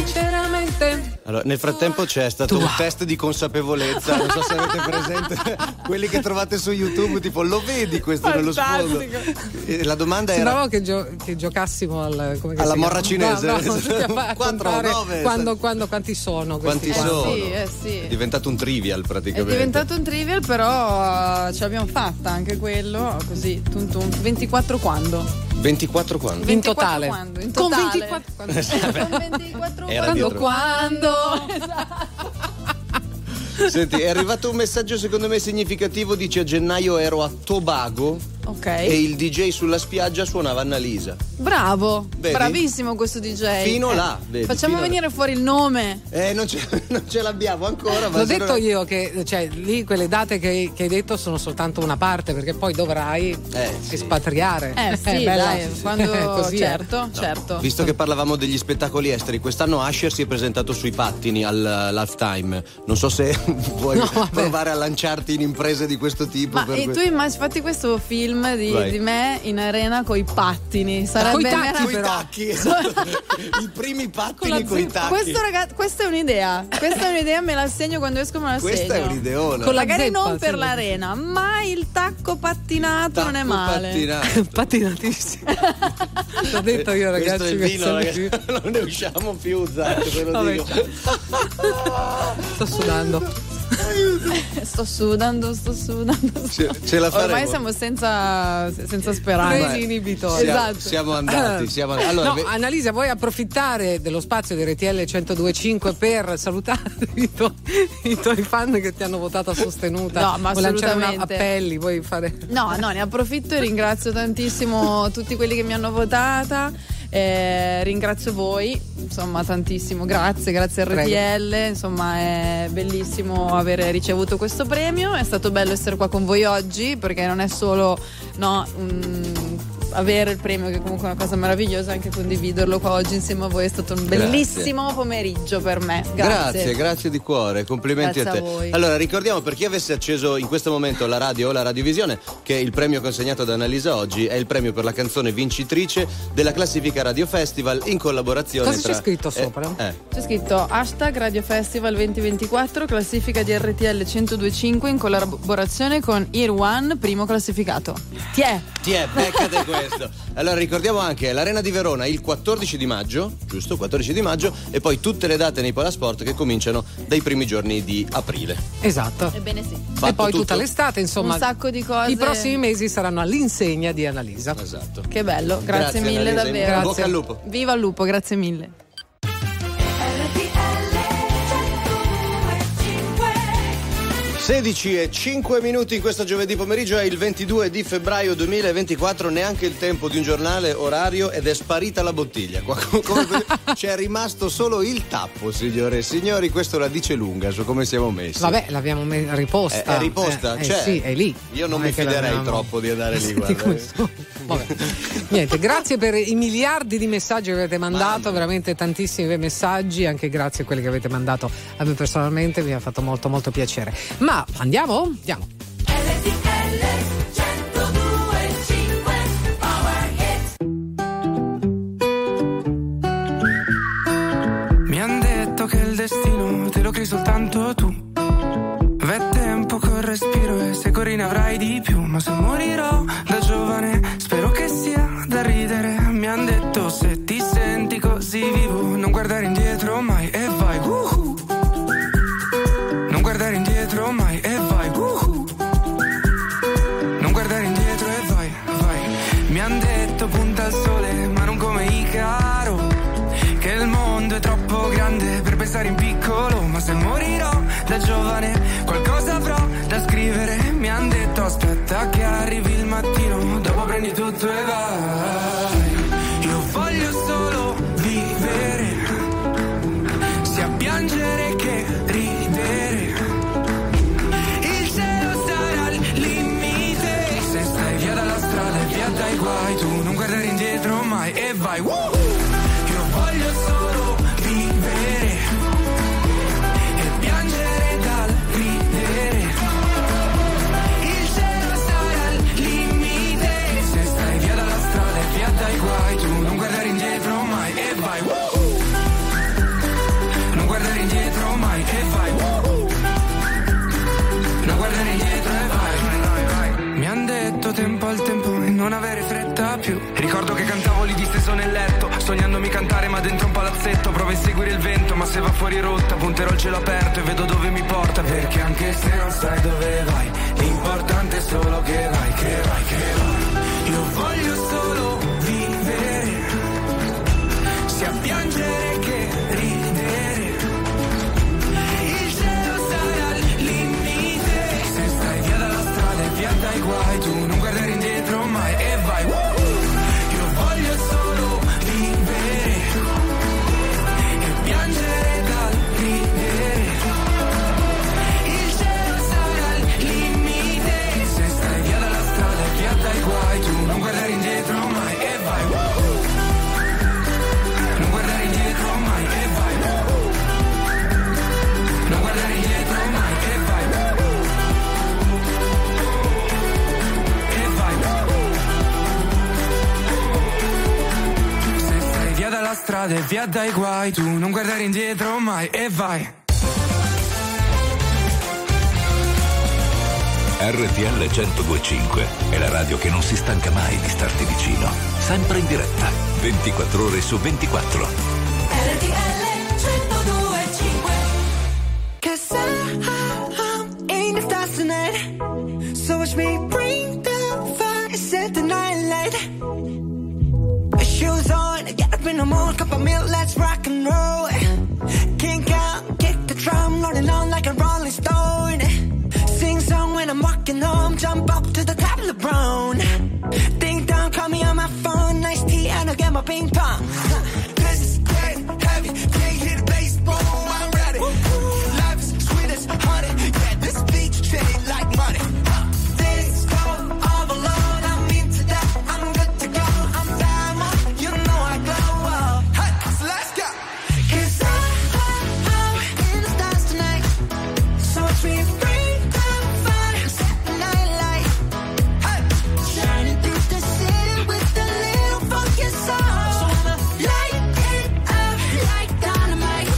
S1: sinceramente.
S2: Allora, nel frattempo c'è stato un test di consapevolezza, non so se avete presente quelli che trovate su YouTube, tipo lo vedi questo nello sfondo? E la domanda era
S1: sembrava che, gio- che giocassimo al, come che
S2: alla
S1: si
S2: morra
S1: chiama?
S2: cinese.
S1: No, no, a
S2: quattro, nove,
S1: quando, quando, quanti sono questi?
S2: Quanti
S1: qua?
S2: sono?
S4: Eh sì, eh sì.
S2: È diventato un trivial praticamente.
S4: È diventato un trivial, però uh, ce l'abbiamo fatta anche quello, così, tum tum. ventiquattro quando?
S2: ventiquattro quando?
S1: In totale.
S4: Quando? In
S1: Con
S4: totale.
S1: ventiquattro quando?
S4: Con ventiquattro
S2: Era
S4: quando?
S2: dietro.
S1: Quando?
S2: Senti, è arrivato un messaggio secondo me significativo, dice: a gennaio ero a Tobago
S4: Ok.
S2: e il D J sulla spiaggia suonava Annalisa.
S4: Bravo,
S2: Vedi?
S4: bravissimo questo D J.
S2: Fino
S4: Eh,
S2: là, vedi,
S4: Facciamo
S2: fino
S4: venire fuori il nome.
S2: Eh, non ce, non ce l'abbiamo ancora. Ma
S1: L'ho
S2: se
S1: detto
S2: no-
S1: io che cioè, lì quelle date che, che hai detto sono soltanto una parte, perché poi dovrai
S2: Eh, sì.
S1: espatriare.
S4: Eh sì,
S1: bella.
S4: dai, quando
S1: Così è.
S4: certo, certo.
S2: Visto che parlavamo degli spettacoli esteri, quest'anno Usher si è presentato sui pattini al Halftime. Non so se vuoi
S1: No, vabbè.
S2: provare a lanciarti in imprese di questo tipo.
S4: Ma
S2: per
S4: e
S2: que-
S4: tu immagini, fatti questo film di,
S2: Vai.
S4: di me in arena coi pattini. Sarebbe
S1: Coi tacchi,
S4: merav-
S2: Coi
S1: però.
S2: tacchi, esatto. I primi pattini
S1: la
S2: coi
S1: zeppa.
S2: tacchi.
S4: Questo ragazzi, questa è un'idea. Questa è un'idea, me la segno quando esco, me la
S2: Questa
S4: segno.
S2: è un'ideona.
S1: Con la
S4: Magari
S1: zeppa,
S4: non per
S1: sì.
S4: l'arena, ma il tacco pattinato non è
S2: Tacco
S4: male.
S2: pattinato.
S1: Pattinatissimo. L'ho detto io, ragazzi.
S2: Questo è il
S1: che
S2: vino,
S1: sono
S2: ragazzi.
S1: più-
S2: Non ne usciamo più, Zach, te lo
S1: Vabbè.
S2: dico.
S1: Sto sudando.
S4: Sto sudando, sto sudando.
S2: Ce, ce la faremo.
S4: Ormai siamo senza, senza speranza.
S1: Presi inibitori.
S2: Siamo,
S4: Esatto.
S2: siamo andati. Siamo andati. Allora,
S1: no,
S2: ve-
S1: Annalisa, vuoi approfittare dello spazio di R T L centodue e cinque per salutare i, tu- i tuoi fan che ti hanno votato a sostenuta?
S4: No, ma
S1: vuoi lanciare una-
S4: assolutamente.
S1: appelli, vuoi fare.
S4: No, no, ne approfitto e ringrazio tantissimo tutti quelli che mi hanno votata. Eh, ringrazio voi, insomma, tantissimo. Grazie, grazie a R T L. Insomma, è bellissimo aver ricevuto questo premio. È stato bello essere qua con voi oggi, perché non è solo no, un- avere il premio, che comunque è una cosa meravigliosa, anche condividerlo qua oggi insieme a voi è stato un bellissimo
S2: Grazie.
S4: pomeriggio per me.
S2: Grazie,
S4: Grazie,
S2: grazie di cuore, complimenti
S4: Grazie
S2: a te.
S4: a voi.
S2: Allora, ricordiamo per chi avesse acceso in questo momento la radio o la radiovisione che il premio consegnato da Annalisa oggi è il premio per la canzone vincitrice della classifica Radio Festival in collaborazione
S1: Cosa
S2: tra
S1: c'è scritto
S2: eh,
S1: sopra?
S2: Eh,
S4: C'è scritto hashtag Radio Festival duemilaventiquattro, classifica di R T L centodue e cinque in collaborazione con Ear One, primo classificato. Ti è?
S2: ti è, beccate questo. Allora ricordiamo anche l'Arena di Verona il quattordici di maggio, giusto? quattordici di maggio, e poi tutte le date nei Palasport che cominciano dai primi giorni di aprile.
S1: Esatto.
S4: Ebbene sì.
S2: Fatto
S1: e poi
S2: tutto?
S1: tutta l'estate, insomma.
S4: Un sacco di cose.
S1: I prossimi mesi saranno all'insegna di Annalisa.
S2: Esatto.
S4: Che bello, grazie,
S2: Grazie,
S4: mille
S2: Annalisa,
S4: davvero.
S2: in bocca al lupo.
S4: Viva il lupo, grazie mille.
S2: sedici e cinque minuti in questo giovedì pomeriggio, è il ventidue di febbraio duemilaventiquattro, neanche il tempo di un giornale orario ed è sparita la bottiglia. Qua- come- c'è rimasto solo il tappo, signore e signori, questo la dice lunga su come siamo messi.
S1: Vabbè, l'abbiamo me- riposta.
S2: È, è riposta?
S1: Eh, eh,
S2: C'è.
S1: sì, è lì.
S2: Io non
S1: è
S2: mi
S1: che
S2: fiderei
S1: l'abbiamo-
S2: troppo di andare lì,
S1: Senti
S2: guarda.
S1: come sono. Vabbè. Niente, grazie per i miliardi di messaggi che avete mandato,
S2: Mamma.
S1: veramente tantissimi messaggi, anche grazie a quelli che avete mandato a me personalmente, mi ha fatto molto molto piacere. Ma andiamo? Andiamo.
S7: Mi han detto che il destino te lo crei soltanto tu. V'è tempo col respiro e se corri ne avrai di più. Ma se morirò da giovane spero che sia da ridere. Mi han detto se ti senti così vivo non guardare indietro mai e vai uhu. Non guardare indietro mai e vai uhu. Non guardare indietro e vai, vai. Mi han detto punta al sole ma non come Icaro, che il mondo è troppo grande per pensare in piccolo. Ma se morirò da giovane qualcosa avrò da scrivere. Mi han detto aspetta che arrivi il mattino, dopo prendi tutto e vai. Io voglio solo vivere, sia piangere che ridere. Il cielo sarà al limite, se stai via dalla strada e via dai guai, tu non guardare indietro mai e vai. Woohoo! Io voglio solo vivere e piangere dal ridere. Il cielo sarà al limite, se stai via dalla strada cantavo lì disteso nel letto, sognandomi cantare ma dentro un palazzetto. Provo a seguire il vento, ma se va fuori rotta punterò il cielo aperto e vedo dove mi porta. Perché anche se non sai dove vai, l'importante è solo che vai, che vai, che vai. Io voglio solo vivere, sia piangere che ridere. Il cielo sarà al limite, se stai via dalla strada e via dai guai, tu non guardare indietro mai e vai. Io voglio solo vivere e piangere dal ridere. Il cielo sarà al limite, se stai via dalla strada e via dai guai, tu non guardare indietro mai e vai. Non guardare indietro mai e vai. Non guardare indietro mai e vai. E vai. Se stai via dalla strada e via dai guai, tu non guardare indietro mai e vai.
S6: R T L centodue e cinque è la radio che non si stanca mai di starti vicino, sempre in diretta, ventiquattro ore su ventiquattro.
S3: R T L centodue e cinque.
S8: Cause I'm in the stars tonight, so watch me bring the fire, set the night light. Shoes on, get up in the mood, cup of milk, let's rock and roll. Kink out, kick the drum, rolling on like a rolling stone. Sing song when I'm walking home, jump up to the top of the brown. Ding dong, call me on my phone, nice tea and I'll get my ping pong. This is getting heavy, can't hear the bass, boom, I'm ready. Life is sweet as honey, yeah, this beat shade like money. This go all alone, I'm into that, I'm good to go, I'm diamond, you know I glow. Hey, so let's go. Cause I, I'm in the stars tonight, so watch me bring the fire, set the night light. Hey, shining through the city with a little funky soul. So I'ma light it up like dynamite.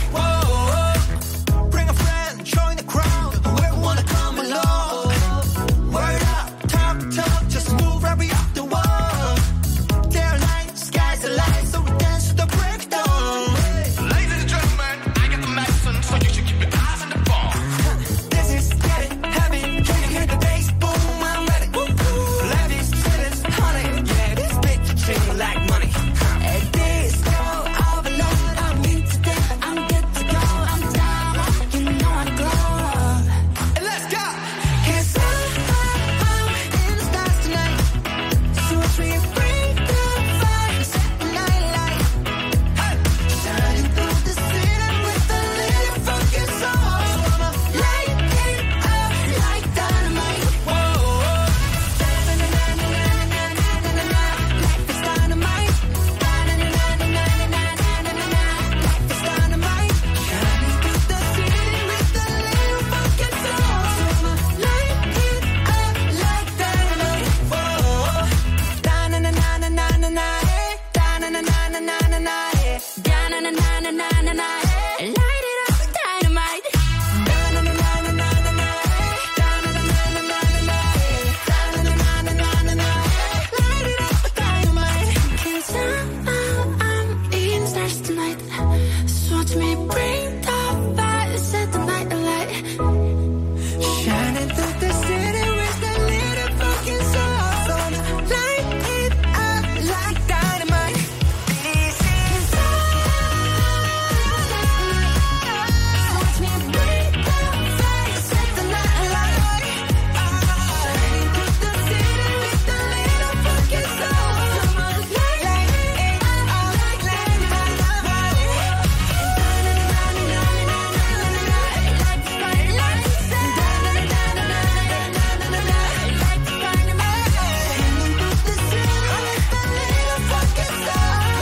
S8: Whoa, bring a friend, join the crowd, whoever wanna come along. Word up, talk, talk, just move right up the wall. They're light, skies are light, so we dance to the break of dawn.
S9: Ladies and gentlemen, I got the medicine, so you should keep your eyes on the ball.
S8: This is getting heavy, can you hear the bass? Boom, I'm ready. Levies, chillin', honey, yeah, this bitch chain like money. At this go all alone, I'm into that, I'm good to go, I'm down, you know I glow. And let's go. Cause I'm in the stars tonight, so watch me bring the fire, set the night light. Hey, shining through the city with a little funky soul. So I'ma light it up like dynamite. Whoa, life is dynamite. Life is dynamite. Shining through the city with a little funky soul. So I'ma light it up like dynamite. Whoa, da-na-na-na-na-na-na, da-na-na-na-na-na-na, da-na-na-na-na-na-na, light it up like dynamite. Da-na-na-na-na-na-na, da-na-na-na-na-na-na, da-na-na-na-na-na-na, light it up like dynamite. 'Cause I'm, I'm in the stars tonight, so watch me bring the fire, set the night alight. Shining through the city with a little fucking soul. So light it up like dynamite. This is so watch me bring the fire, set the night alight. Shining through the city with a little fucking soul. So light it up like dynamite.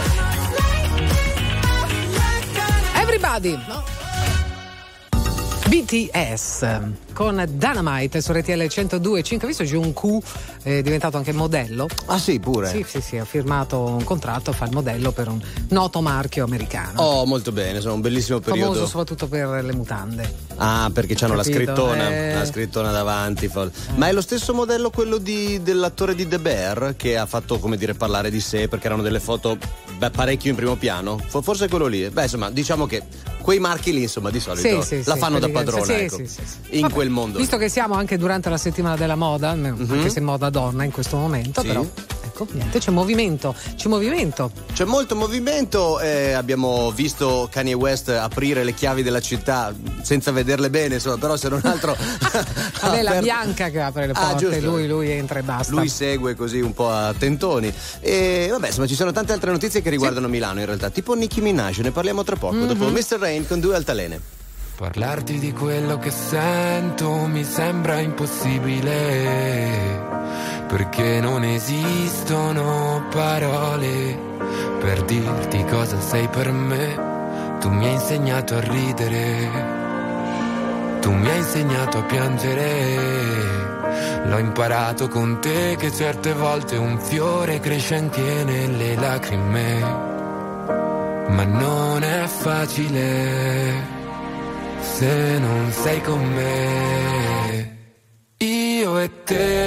S1: Everybody, no? B B T S con Dynamite su R T L centodue e cinque. Visto Jungkook è diventato anche modello.
S2: Ah sì, pure?
S1: Sì, sì, sì, ha firmato un contratto, fa il modello per un noto marchio americano.
S2: Oh, molto bene, sono un bellissimo periodo.
S1: Famoso soprattutto per le mutande.
S2: Ah, perché c'hanno la
S1: Capito?
S2: scrittona,
S1: Eh.
S2: la scrittona davanti. Fa... Eh. Ma è lo stesso modello quello di, dell'attore di The Bear, che ha fatto, come dire, parlare di sé, perché erano delle foto beh, parecchio in primo piano. Forse è quello lì. Beh, insomma, diciamo che quei marchi lì, insomma, di solito
S1: sì, sì,
S2: la
S1: sì,
S2: fanno da padrona,
S1: sì,
S2: ecco,
S1: sì, sì, sì.
S2: in
S1: Vabbè,
S2: quel mondo.
S1: Visto che siamo anche durante la settimana della moda, mm-hmm. anche se moda donna in questo momento,
S2: sì.
S1: però ecco, niente, c'è movimento, c'è movimento.
S2: C'è molto movimento, eh, abbiamo visto Kanye West aprire le chiavi della città senza vederle bene, insomma, però se non altro
S1: Vabbè, la Bianca che apre le porte,
S2: ah,
S1: lui, lui entra e basta.
S2: Lui segue così un po' a tentoni. E vabbè, insomma, ci sono tante altre notizie che riguardano sì. Milano in realtà, tipo Nicki Minaj, ne parliamo tra poco, mm-hmm. dopo mister Rain con Due Altalene.
S7: Parlarti di quello che sento mi sembra impossibile, perché non esistono parole per dirti cosa sei per me. Tu mi hai insegnato a ridere, tu mi hai insegnato a piangere. L'ho imparato con te che certe volte un fiore cresce anche nelle lacrime, ma non è facile se non sei con me. Io e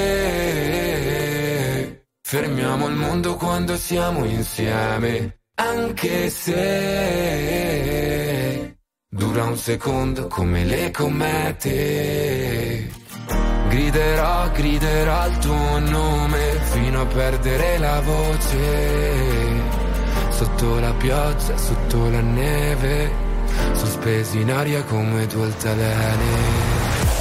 S7: te fermiamo il mondo quando siamo insieme, anche se dura un secondo come le comete. Griderò, griderò il tuo nome fino a perdere la voce, sotto la pioggia, sotto la neve, sospesi in aria come due altalene.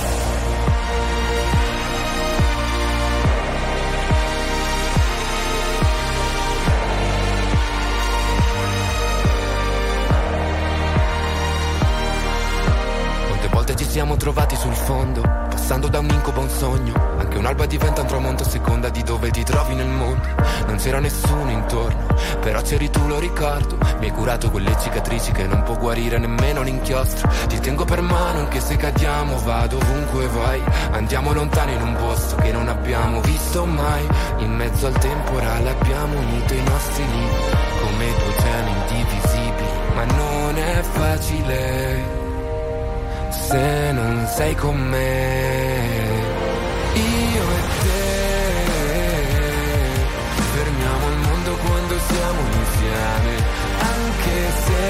S7: Quante volte ci siamo trovati sul fondo, passando da un incubo a un sogno. Anche un'alba diventa un tramonto a seconda di dove ti trovi nel mondo. Non c'era nessuno intorno, però c'eri tu, lo ricordo. Mi hai curato quelle cicatrici che non può guarire nemmeno l'inchiostro. Ti tengo per mano anche se cadiamo, vado ovunque vai. Andiamo lontano in un posto che non abbiamo visto mai. In mezzo al temporale abbiamo unito i nostri libri come due geni indivisibili. Ma non è facile se non sei con me. Io e te fermiamo il mondo quando siamo insieme, anche se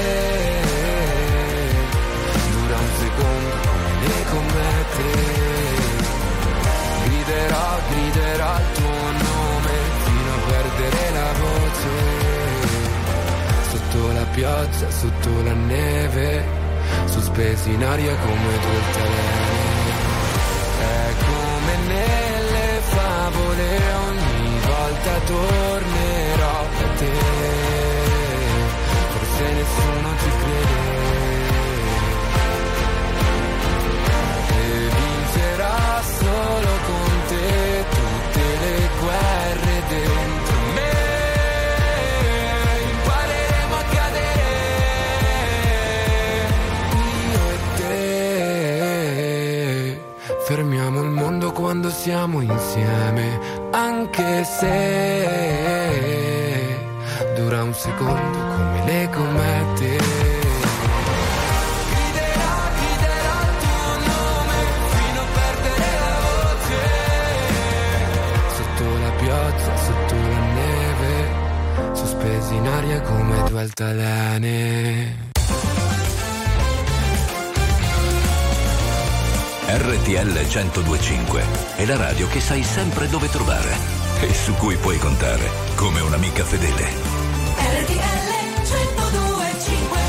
S7: dura un secondo come le comete. Griderò, griderò il tuo nome fino a perdere la voce, sotto la pioggia, sotto la neve, sospesi in aria come due altalene. È come nelle favole, ogni volta tornerò da te. Forse nessuno ci crede e vincerò solo con te tutte le guerre dentro me. Impareremo a cadere, io e te. Fermiamo il mondo quando siamo insieme, anche se dura un secondo come le comete. Griderò, griderò il tuo nome fino a perdere la voce, sotto la pioggia, sotto la neve, sospesi in aria come due altalene.
S6: R T L centodue e cinque è la radio che sai sempre dove trovare e su cui puoi contare come un'amica fedele.
S8: R T L centodue e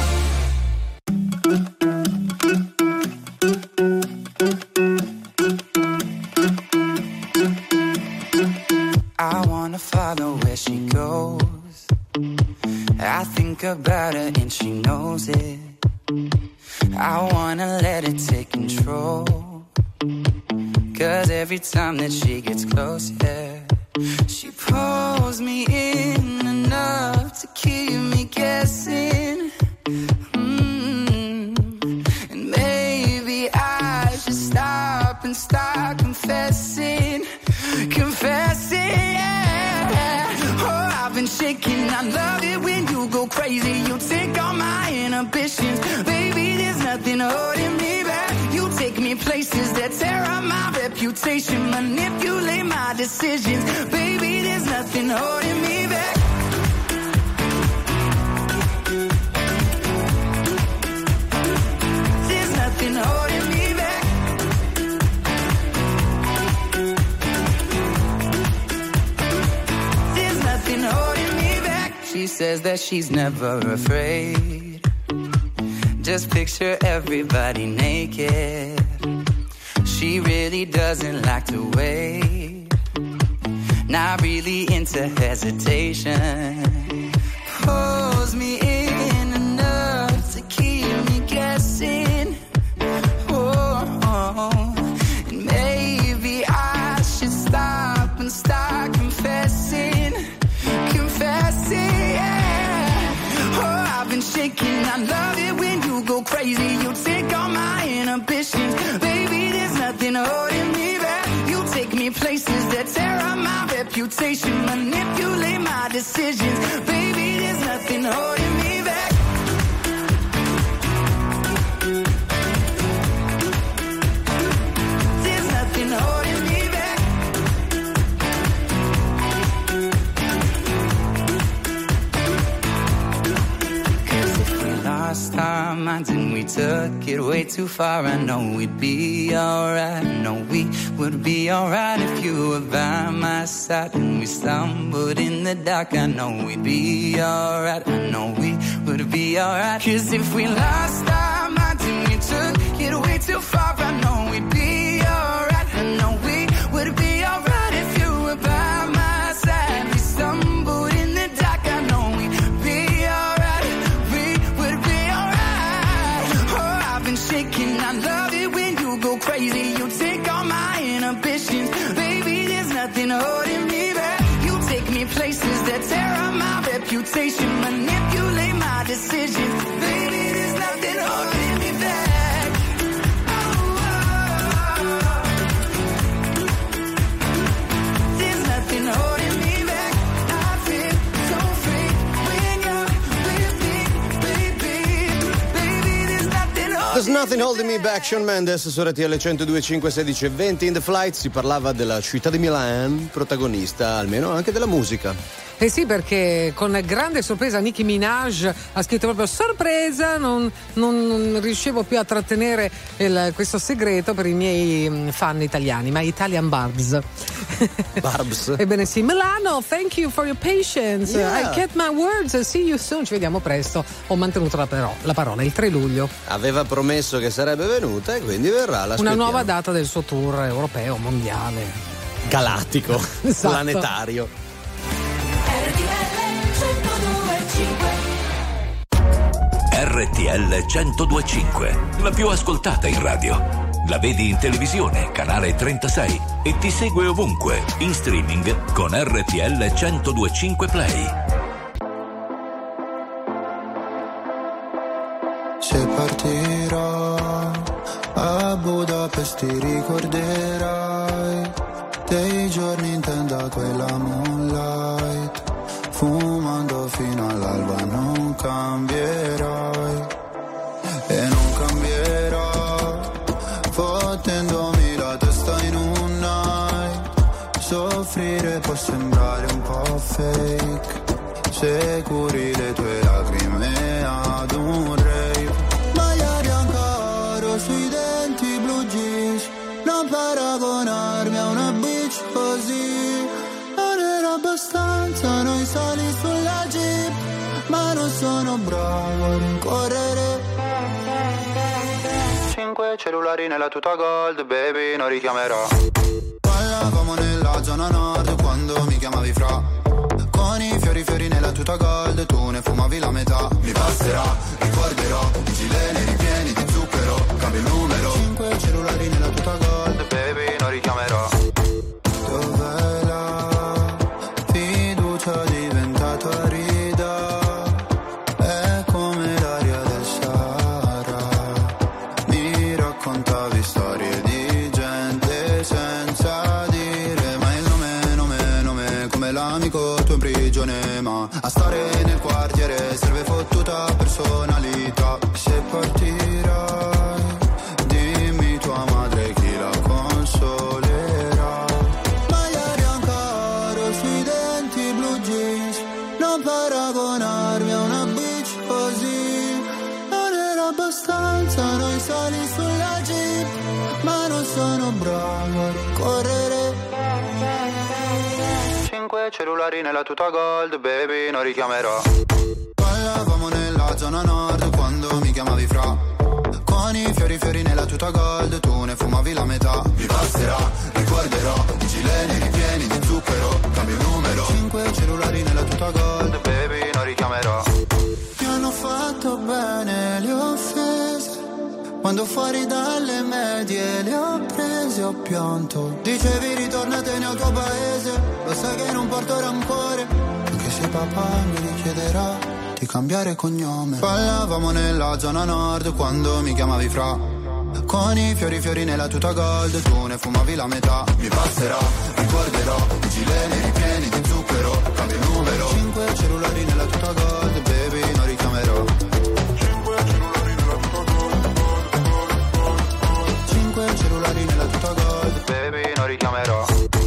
S10: cinque. I wanna follow where she goes. I think about her and she knows it. I wanna let it take control. Cause every time that she gets close, yeah, she pulls me in enough to keep me guessing. Mm-hmm. And maybe I temptations. Baby, there's nothing holding me back. You take me places that tear up my reputation, manipulate my decisions. Baby, there's nothing holding me back. There's nothing holding me back. There's nothing holding me back. She says that she's never afraid. Just picture everybody naked. She really doesn't like to wait. Not really into hesitation. Pulls me in enough to keep me guessing. Oh, oh. And maybe I should stop and start confessing. Confessing, yeah. Oh, I've been shaking. I love it when you go crazy. You take all my inhibitions. Baby, there's nothing holding me back. You take me places that tear up my reputation, manipulate my decisions. Baby, there's nothing holding me back. There's nothing holding me back. Cause if we lost our minds and we took it way too far, I know we'd be alright. I know we would be alright if you were by my side. And we stumbled in the dark, I know we'd be alright. I know we would be alright. Cause if we lost our minds and we took it way too far, I know we'd be alright. I know we would be alright if you were by my side. We stumbled in the dark, I know we'd be alright. We would be alright. Oh, I've been shaking, I love it when you go crazy. You take all my inhibitions. Baby, there's nothing holding me back. You take me places that tear up my reputation, manipulate my decisions. Baby, there's nothing holding me back. Oh, oh, oh. There's nothing holding me back. I feel so free when you're with me, baby. Baby, there's nothing holding
S2: There's Nothing Holding Me Back, Shawn Mendes su R T L centodue e cinque, sedici e venti. In the Flight si parlava della città di Milan, protagonista almeno anche della musica.
S1: Eh sì, perché con grande sorpresa Nicki Minaj ha scritto proprio sorpresa, non, non, non riuscivo più a trattenere il, questo segreto per i miei fan italiani, ma Italian Barbs.
S2: Barbs.
S1: Ebbene sì, Milano, thank you for your patience.
S2: Yeah.
S1: I kept my words, see you soon. Ci vediamo presto. Ho mantenuto la, però, la parola, il tre luglio.
S2: Aveva promesso che sarebbe venuta e quindi verrà.
S1: Una nuova data del suo tour europeo, mondiale.
S2: Galattico,
S1: Esatto.
S2: planetario.
S6: R T L centodue e cinque, la più ascoltata in radio. La vedi in televisione, canale trentasei, e ti segue ovunque, in streaming con R T L centodue e cinque Play.
S11: Se partirò a Budapest ti ricorderai dei giorni in tenda quella moonlight, fumando fino all'alba. Non cambierai e non cambierò, fottendomi la testa in un night. Soffrire può sembrare un po' fake se curi le tue lacrime ad un rave. Magliare ancora sui denti blu jeans, non paragonarmi a una bitch così. Non era abbastanza noi soli sulla jeep, ma non sono bravo a rincorrere. Cinque cellulari nella tuta gold, baby, non richiamerò. Parlavamo nella zona nord quando mi chiamavi fra, con i fiori fiori nella tuta gold, tu ne fumavi la metà. Mi passerà, ricorderò, i gileni ripieni di zucchero, cambio il numero. Cinque cellulari nella tuta gold, baby, non richiamerò. Dov'è la fiducia diventata rida? È come l'aria del Sahara. Mi raccontavi storie di gente senza dire mai il nome, nome, nome, come l'amico tuo in prigione. Ma a stare nel quartiere serve fottuta personalità. stanza, noi soli sulla jeep, ma non sono bravo a correre. Cinque cellulari nella tuta gold, baby, non richiamerò. Parlavamo nella zona nord quando mi chiamavi fra. Con i fiori fiori nella tuta gold, tu ne fumavi la metà. Mi passerà, ricorderò, i gileni ripieni di zucchero, cambio il numero. Cinque cellulari nella tuta gold, baby, non richiamerò. Mi hanno fatto bene le offese, quando fuori dalle medie le ho prese, ho pianto. Dicevi ritornatene al tuo paese, lo sai che non porto rancore, anche se papà mi richiederà di cambiare cognome. Parlavamo nella zona nord quando mi chiamavi fra. Con i fiori fiori nella tuta gold, tu ne fumavi la metà. Mi passerà, ricorderò, i gileni ripieni di zucchero, cambio il numero. Cinque cellulari nella tuta gold, baby, non richiamerò. Cinque cellulari nella tuta gold, baby, non richiamerò.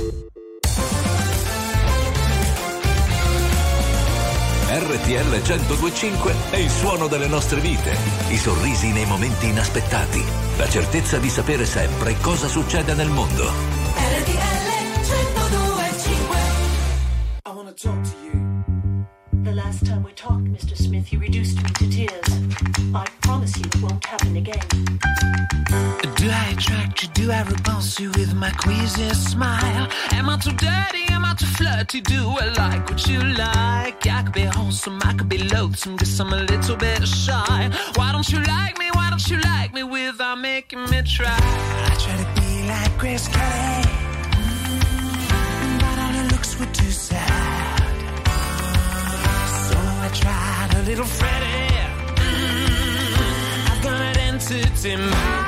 S6: R T L centodue e cinque è il suono delle nostre vite, i sorrisi nei momenti inaspettati, la certezza di sapere sempre cosa succede nel mondo.
S8: R T L centodue e cinque.
S12: I want to talk to you. The last time we talked, Mister Smith, you reduced me to tears. I promise you it won't happen again.
S13: Do I attract you? Do I repulse you with my queasy smile? Am I too dirty? Am I too flirty? Do I like what you like? I could be wholesome, I could be loathsome, guess I'm a little bit shy. Why don't you like me? Why don't you like me without making me try? I try to be like Grace Kelly, mm, but all her looks were too sad. So I tried a little Freddie, mm, I've got an entity mind.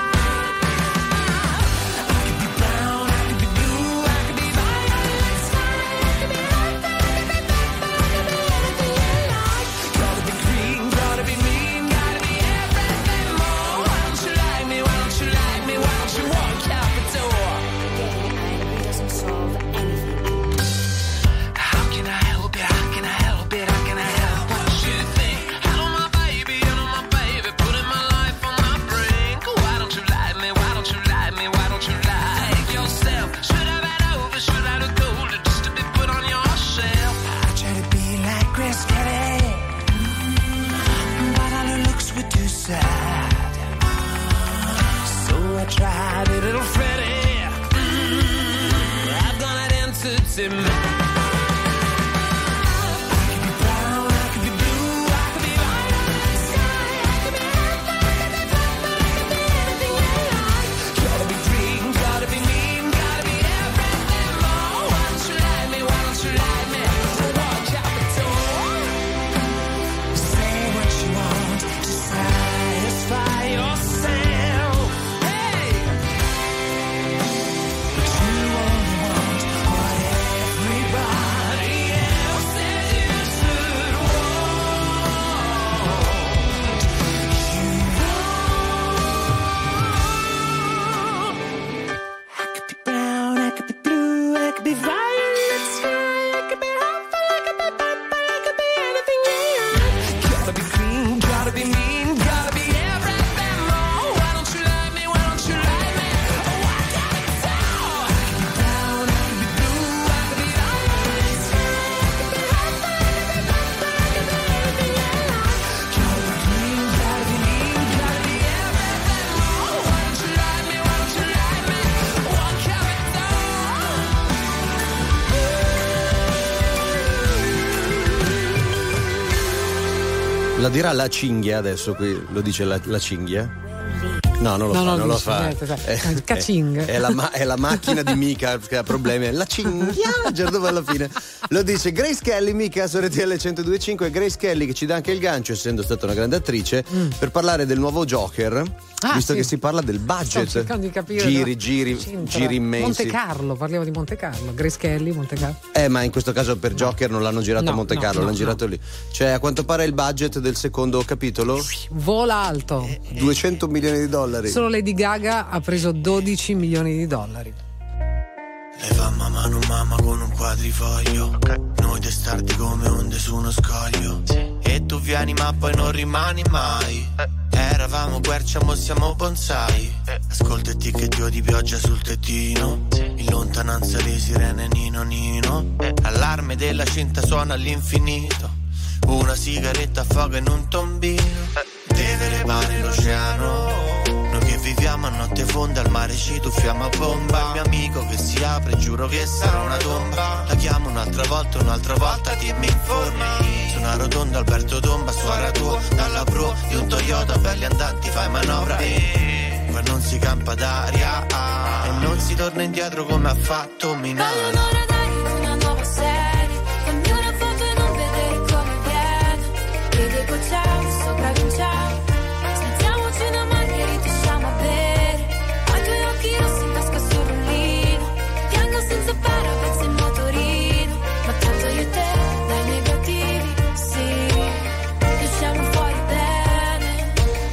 S13: Tried a little Freddie, mm, I've got an entity mind.
S2: La dirà la cinghia adesso, qui lo dice la, la cinghia? No, non lo
S1: no,
S2: fa,
S1: no,
S2: non lo fa.
S1: Niente,
S2: è,
S1: Cacing.
S2: È, è, la ma- è la macchina di Mika che ha problemi. La cinghia, già alla fine. Lo dice Grace Kelly, Mika su R T L centodue e cinque. Grace Kelly che ci dà anche il gancio, essendo stata una grande attrice, mm. per parlare del nuovo Joker. Ah, visto sì. che si parla del budget.
S1: Sto cercando di capire.
S2: Giri, giri, giri immensi.
S1: Monte Carlo, parliamo di Monte Carlo. Grace Kelly, Monte Carlo.
S2: Eh, ma in questo caso per Joker non l'hanno girato
S1: no,
S2: a Monte
S1: no,
S2: Carlo,
S1: no,
S2: l'hanno
S1: no.
S2: girato lì. Cioè, a quanto pare il budget del secondo capitolo
S1: vola alto.
S2: duecento milioni di dollari.
S1: Solo Lady Gaga ha preso dodici milioni di dollari.
S14: Lei fa mamma non mamma con un quadrifoglio, okay. Noi testardi come onde su uno scoglio, sì. E E tu vieni ma poi non rimani mai. Eravamo quercia, mo siamo bonsai. Ascolta e ti che dio di pioggia sul tettino. In lontananza le sirene nino nino. Allarme della cinta suona all'infinito. Una sigaretta affoga in un tombino. Deve levare l'oceano. Noi che viviamo a notte fonda al mare ci tuffiamo a bomba. Il mio amico che si apre giuro che sarà una tomba. La chiamo un'altra volta, un'altra volta ti mi informi. Su una rotonda Alberto Tomba, suora tua. Dalla pro di un Toyota, belli andanti fai manovra. E qua non si campa d'aria e non si torna indietro come ha fatto Milano.
S3: Voglio un'ora d'aria di una nuova serie. Fammi una foto e non vedere come viene. E dico ciao, sopra di un ciao. Smettiamoci una margherita, usciamo a bere. Ho i tuoi occhi rossi in tasca sul rullino. Piango senza parapezzi in motorino. Ma tanto io e te, dai negativi, sì, usciamo fuori bene.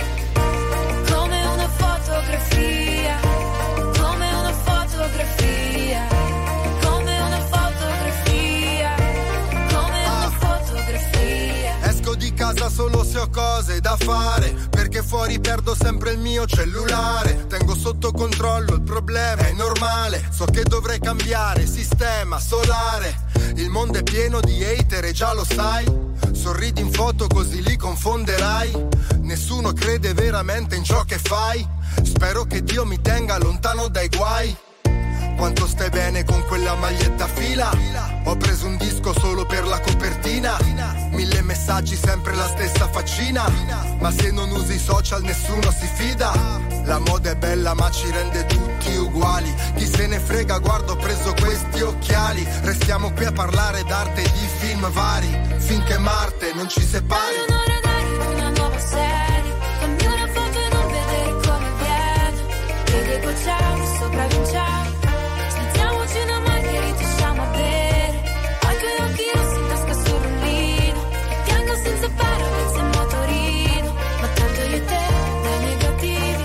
S3: Come una fotografia. Come una fotografia. Come una fotografia. Come una fotografia.
S15: Esco di casa solo se ho cose da fare, perché fuori perdo sempre il mio cellulare. Tengo sotto controllo il problema, è normale. So che dovrei cambiare sistema solare. Il mondo è pieno di hater e già lo sai. Sorridi in foto così li confonderai. Nessuno crede veramente in ciò che fai. Spero che Dio mi tenga lontano dai guai. Quanto stai bene con quella maglietta a fila? Ho preso un disco solo per la copertina. Mille messaggi, sempre la stessa faccina. Ma se non usi i social nessuno si fida. La moda è bella ma ci rende tutti uguali. Chi se ne frega, guarda, ho preso questi occhiali. Restiamo qui a parlare d'arte e di film vari, finché Marte non ci separi.
S3: Voglio un'ora d'aria di una nuova serie. Fammi una foto e non vedere come viene. E dico ciao, sopra di un ciao. Smettiamoci una margherita, usciamo a bere. Ho i tuoi occhi rossi in tasca sul rullino. E piango senza parapezzi in motorino. Ma tanto io e te, dai negativi,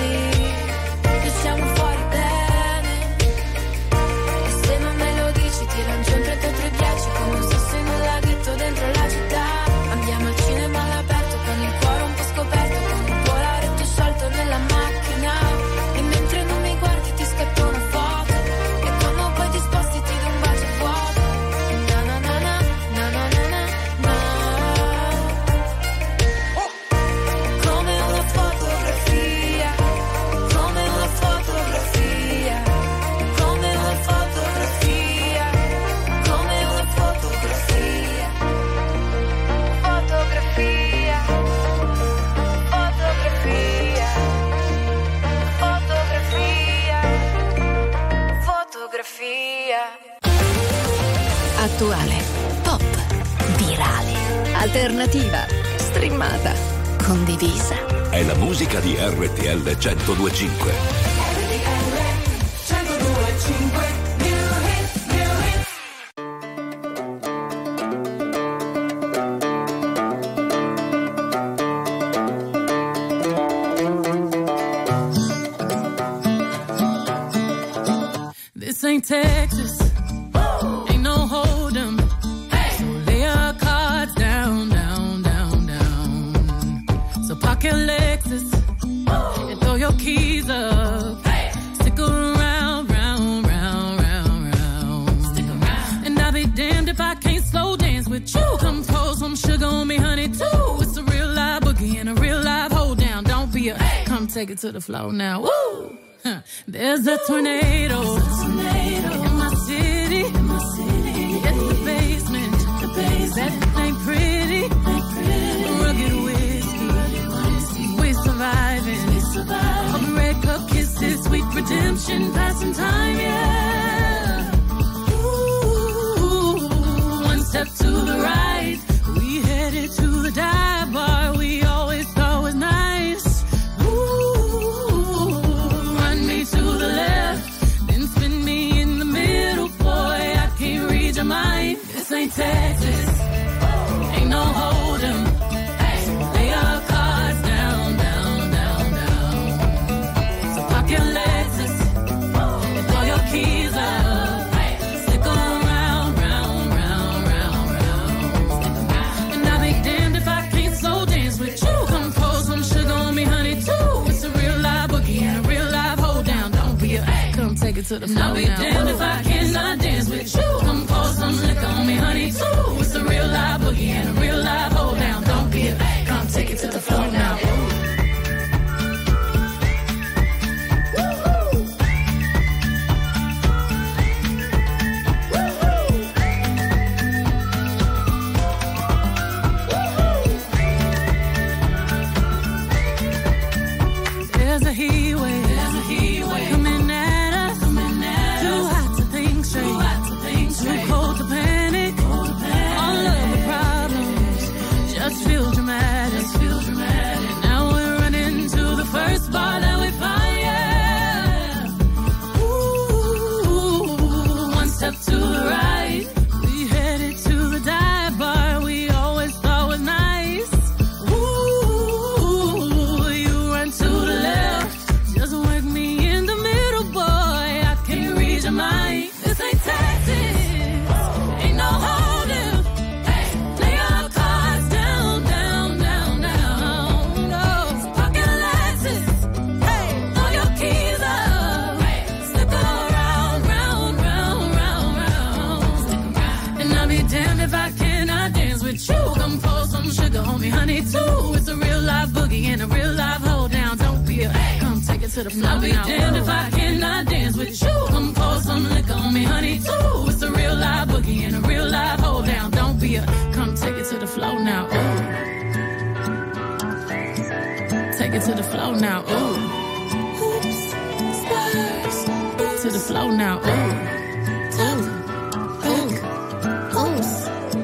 S3: sì, usciamo fuori bene. E se non me lo dici ti lancio un trenta tre dieci. Come un sasso in un laghetto dentro la città. Andiamo al cinema all'aperto con il cuore un po' scoperto. Con il polaretto sciolto nella macchina. E mentre non mi guardi ti scatto una foto. E quando poi ti sposti ti do un bacio vuoto. Na na na na, na na na na, na. Come una fotografia. Come una fotografia. Come una fotografia. Come una fotografia. Fotografia. Fotografia. Fotografia. Fotografia.
S16: Attuale, pop, virale, alternativa, streamata, condivisa.
S6: È la musica di R T L centodue e cinque.
S17: This ain't Texas. Ain't no hold 'em. So lay your cards down, down, down, down. So park your Lexus and throw your keys up. Stick around, round, round, round, round. Stick around. And I'll be damned if I can't slow dance with you. Come pour some sugar on me, honey, too. It's a real live boogie and a real live hold down. Don't be a come take it to the floor now. Woo! Huh. There's a tornado, There's a tornado in my city. In my city. It's the basement. The basement. That ain't pretty. Ain't pretty. Rugged whiskey. Rugged whiskey. We surviving. We surviving. All the red cup kisses, sweet redemption, passing time, yeah. Ooh, one step to the right, we headed to the dive bar we always thought was nice. To the left, then spin me in the middle, boy, I can't read your mind. This ain't Texas, ain't no hold 'em. Lay your cards down, down, down, down. So park your Lexus and throw your keys it to the floor. I'll be damned if I cannot dance with you. Come pour some liquor on me, honey, too. It's a real live boogie and a real live hold down. Don't be a come take it to the floor now. There's a heat wave, there's a heat wave coming at us, coming at too us. Hot to think straight, too hot to think straight, too cold to panic, cold to panic. All of the problems just feel dramatic, just feel dramatic. Now we're running to the first bar that we find, yeah. Ooh, one step to the right, we headed to the dive bar we always thought was nice. Ooh, you run to the left, just work me in the middle, boy. I can't read your mind. This ain't Texas, ain't no holding. Hey, lay your cards down, down, down, down. No, pocket Lexus. Hey, throw your keys up. Hey, slip around, round, round, round, round. And I'll be damned if I cannot dance with you. Come pour some sugar on me, honey, too. It's a real live boogie and a real live hold down. Don't be a come take it to the floor. I'll be damned if I cannot dance with you. Come pour some liquor on me, honey, too. It's a real live boogie and a real live hold down. Don't be a come take it to the floor now. Ooh. Take it to the floor now. Ooh. Oops, spurs. To the floor now. Ooh. Ooh. Ooh. Oops.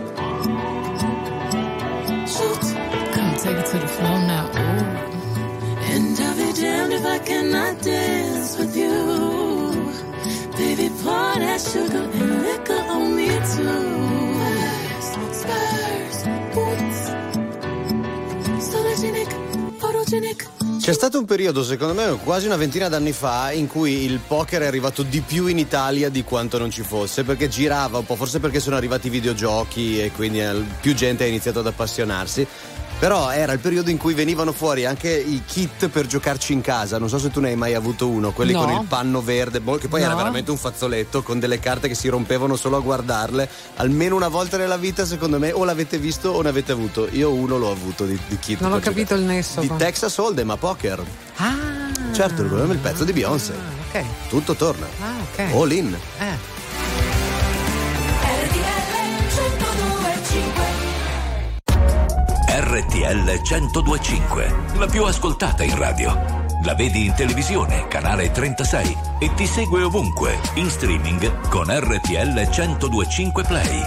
S17: Shoot. Come take it to the floor now. Ooh. And I'll be damned if I cannot dance with you. Baby, pour that sugar and liquor on me too. Spurs, boots, sologenic, photogenic.
S2: C'è stato un periodo, secondo me, quasi una ventina d'anni fa, in cui il poker è arrivato di più in Italia di quanto non ci fosse, perché girava un po', forse perché sono arrivati i videogiochi e quindi più gente ha iniziato ad appassionarsi. Però era il periodo in cui venivano fuori anche i kit per giocarci in casa. Non so se tu ne hai mai avuto uno, quelli
S1: No.
S2: con il panno verde, che poi
S1: No.
S2: era veramente un fazzoletto con delle carte che si rompevano solo a guardarle. Almeno una volta nella vita, secondo me, o l'avete visto o ne avete avuto. Io uno l'ho avuto di, di kit.
S1: Non ho
S2: per
S1: capito
S2: giocare.
S1: il nesso.
S2: Di
S1: con-
S2: Texas Hold'em a poker.
S1: Ah,
S2: Certo, ricordiamo il pezzo di Beyoncé.
S1: ok.
S2: Tutto torna.
S1: Ah, ok.
S2: All in.
S1: Eh.
S6: R T L centodue e cinque, la più ascoltata in radio. La vedi in televisione, canale trentasei, e ti segue ovunque, in streaming con R T L centodue e cinque Play.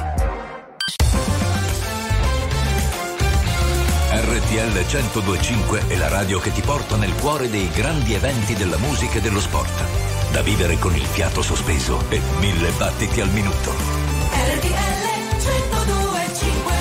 S6: R T L centodue e cinque è la radio che ti porta nel cuore dei grandi eventi della musica e dello sport. Da vivere con il fiato sospeso e mille battiti al minuto.
S8: R T L centodue e cinque.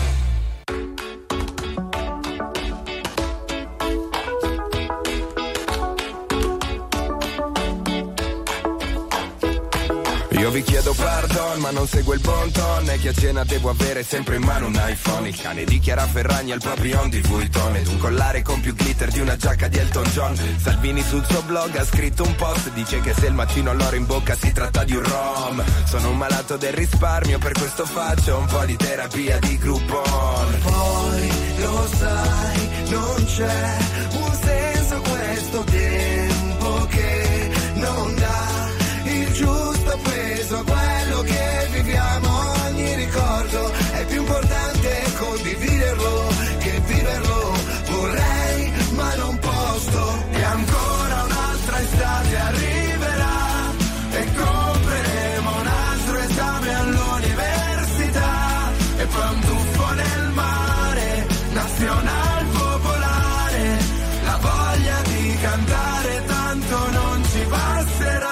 S18: Io vi chiedo pardon, ma non seguo il bon ton. E che a cena devo avere sempre in mano un iPhone. Il cane di Chiara Ferragni al Papillon di Vuitton. Ed un collare con più glitter di una giacca di Elton John. Salvini sul suo blog ha scritto un post. Dice che se il mattino all'oro in bocca si tratta di un rom. Sono un malato del risparmio, per questo faccio un po' di terapia di Groupon.
S8: Poi lo sai, non c'è un senso a questo tempo che non dà il giusto peso a quello che viviamo. Ogni ricordo è più importante condividerlo che viverlo. Vorrei ma non posso. E ancora un'altra estate arriverà e compreremo un altro esame all'università. E poi un tuffo nel mare, nazional popolare. La voglia di cantare tanto non ci passerà.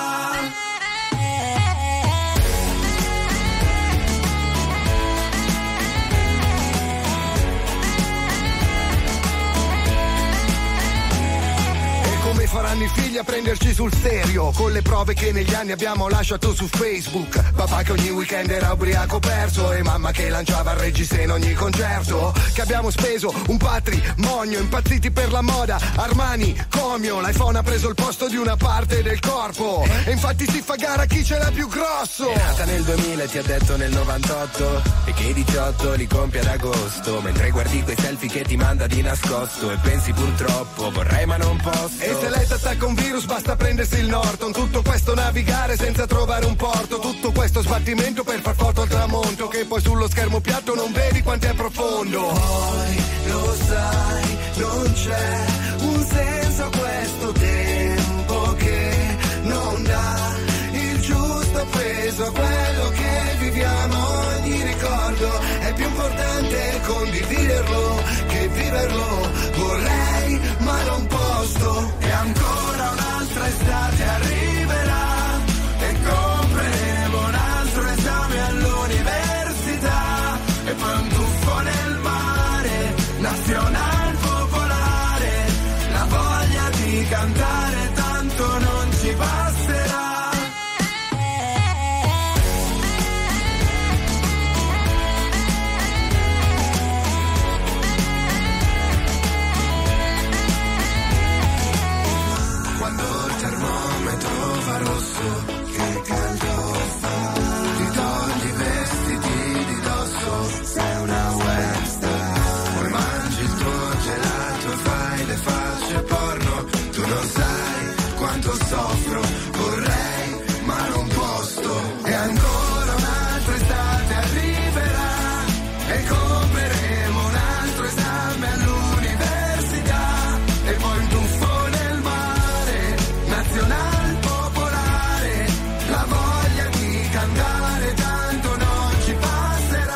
S15: faranno i figli a prenderci sul serio, con le prove che negli anni abbiamo lasciato su Facebook. Papà che ogni weekend era ubriaco perso e mamma che lanciava il reggiseno in ogni concerto. Che abbiamo speso un patrimonio, impazziti per la moda, Armani, Comio, l'iPhone ha preso il posto di una parte del corpo e infatti si fa gara chi ce l'ha più grosso.
S18: È nata nel duemila e ti ha detto nel novantotto e che i diciotto li compie ad agosto, mentre guardi quei selfie che ti manda di nascosto e pensi purtroppo vorrei ma non posso.
S15: E se lei t'attacca un virus basta prendersi il Norton, tutto questo navigare senza trovare un porto, tutto questo sbattimento per far foto al tramonto che poi sullo schermo piatto non vedi quanto è profondo. Poi lo sai, non c'è un senso a questo tempo che non dà il giusto peso a quello che viviamo. Ogni ricordo è più importante condividerlo che viverlo. Vorrei ma non posso. E ancora un'altra estate arriverà e compreremo un altro esame all'università e poi un tuffo nel mare, nazional popolare, la voglia di cantare tanto non ci basterà. Quando il termometro va rosso, che caldo fa, ti togli i vestiti di dosso, sei una webstar, poi mangi il tuo gelato e fai le facce porno, tu non sai quanto soffro, vorrei ma non posso. E ancora un'altra estate arriverà e compreremo un altro esame all'università e poi un tuffo nel mare, nazional popolare, la voglia di cantare tanto non ci passerà.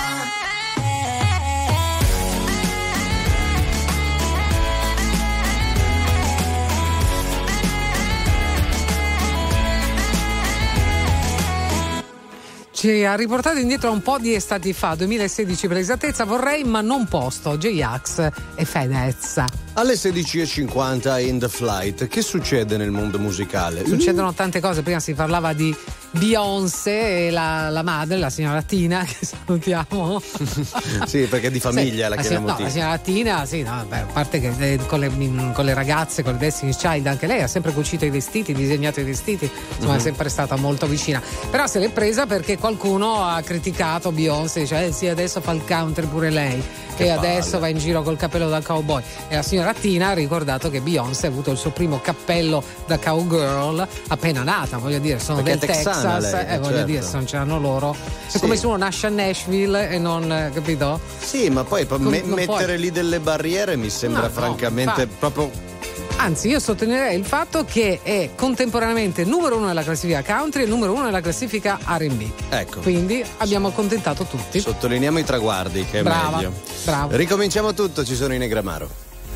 S1: Ci ha riportato indietro un po' di estati fa, duemilasedici per l'esattezza. Vorrei ma non posto, J-Ax e Fedez.
S2: Alle sedici e cinquanta in The Flight, che succede nel mondo musicale?
S1: Succedono tante cose, prima si parlava di Beyoncé e la, la madre, la signora Tina, che salutiamo.
S2: Sì, perché di famiglia sì, la chiamiamo
S1: no,
S2: Tina.
S1: La signora Tina, sì, no, beh, a parte che eh, con, le, con le ragazze, con le Destiny's Child, anche lei ha sempre cucito i vestiti, disegnato i vestiti, insomma uh-huh. è sempre stata molto vicina. Però se l'è presa perché qualcuno ha criticato Beyoncé, dice eh sì, adesso fa il country pure lei, che e palle. Adesso va in giro col cappello da cowboy. E la signora Tina ha ricordato che Beyoncé ha avuto il suo primo cappello da cowgirl appena nata, voglio dire, sono
S2: perché
S1: del Texas,
S2: lei,
S1: eh, voglio
S2: certo.
S1: dire, se non ce l'hanno loro. È
S2: sì.
S1: come se uno nasce a Nashville e non, capito?
S2: Sì, ma poi
S1: Com-
S2: me-
S1: non
S2: mettere
S1: puoi.
S2: lì delle barriere mi sembra
S1: No,
S2: francamente
S1: no,
S2: proprio.
S1: Anzi, io sottolineerei il fatto che è contemporaneamente numero uno nella classifica country e numero uno nella classifica R and B.
S2: Ecco.
S1: Quindi abbiamo accontentato tutti.
S2: Sottolineiamo i traguardi, che è
S1: Brava,
S2: meglio.
S1: Bravo.
S2: Ricominciamo tutto, ci sono i Negramaro.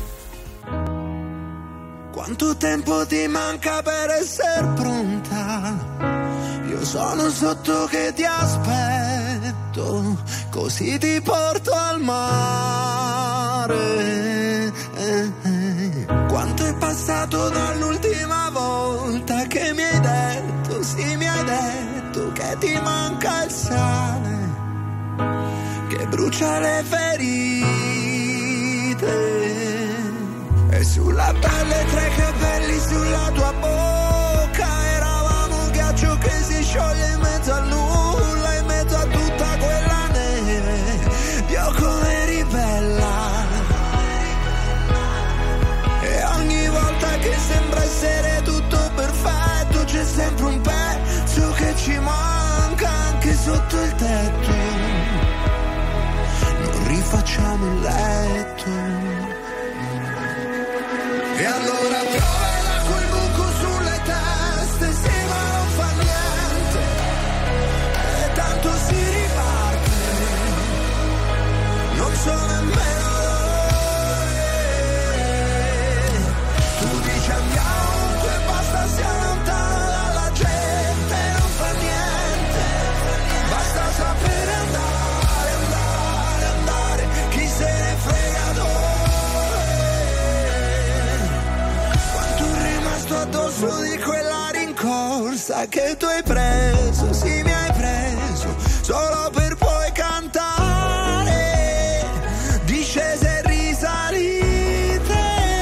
S8: Quanto tempo ti manca per essere pronta? Io sono sotto che ti aspetto, così ti porto al mare. Eh, eh. Quanto è passato dall'ultima volta che mi hai detto, sì mi hai detto che ti manca il sale, che brucia le ferite. E sulla pelle tre capelli sulla tua bocca, eravamo un ghiaccio che si scioglie in mezzo al nulla, in mezzo a tutta quella neve. Dio come ribella, e ogni volta che sembra essere tutto perfetto c'è sempre un pezzo che ci manca anche sotto il tetto. Non rifacciamo il letto. E allora prova quel buco sulle teste, sì ma non fa niente, e tanto si riparte, non so nemmeno dove. Tu dici andiamo e basta, sia lontano dalla gente, non fa niente, basta sapere andare, andare, andare, chi se ne frega dove. Quanto addosso di quella rincorsa che tu hai preso, sì mi hai preso, solo per poi cantare discese e risalite,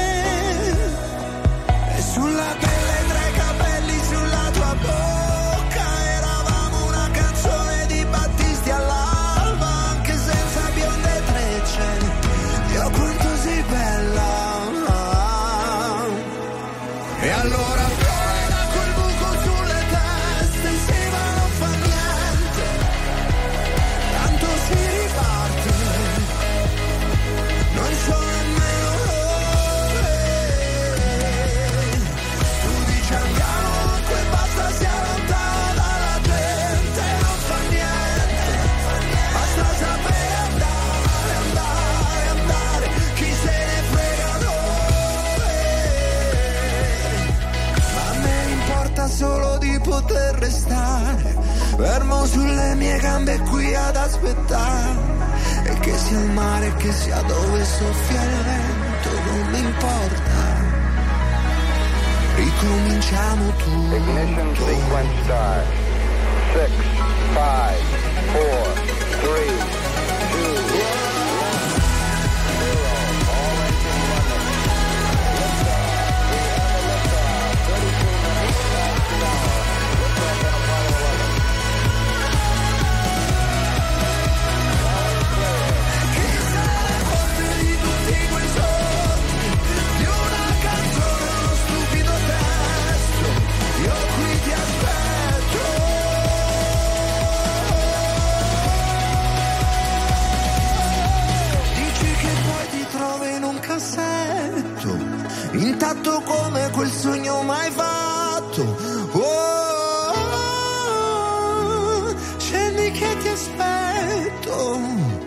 S8: e sulla pelle tra i capelli, sulla tua bocca, eravamo una canzone di Battisti all'alba, anche senza bionde trecce, Dio quanto sei bella. E allora fuori da quel buco sulle teste, sì ma non fa niente, tanto si riparte, non so nemmeno dove. Tu dici andiamo ovunque, basta sia lontano dalla gente, non fa niente, basta sapere andare, andare, andare, chi se ne frega dove. Ma a me importa solo di poter restare fermo sulle mie gambe qui ad aspettare, e che sia il mare, che sia dove soffia il vento, non mi importa, ricominciamo tutto.
S19: Ignition sequence start. Six, five, four, three, two, one, zero. All engine running. Liftoff. We have a liftoff. thirty-two minutes past the hour. Liftoff on Apollo eleven.
S8: Chissà le forze di tutti quei soldi, di una canzone, uno stupido testo, io qui ti aspetto. Dici che poi ti trovi in un cassetto, intatto come quel sogno mai fatto. Oh, oh, oh, scendi che ti aspetto,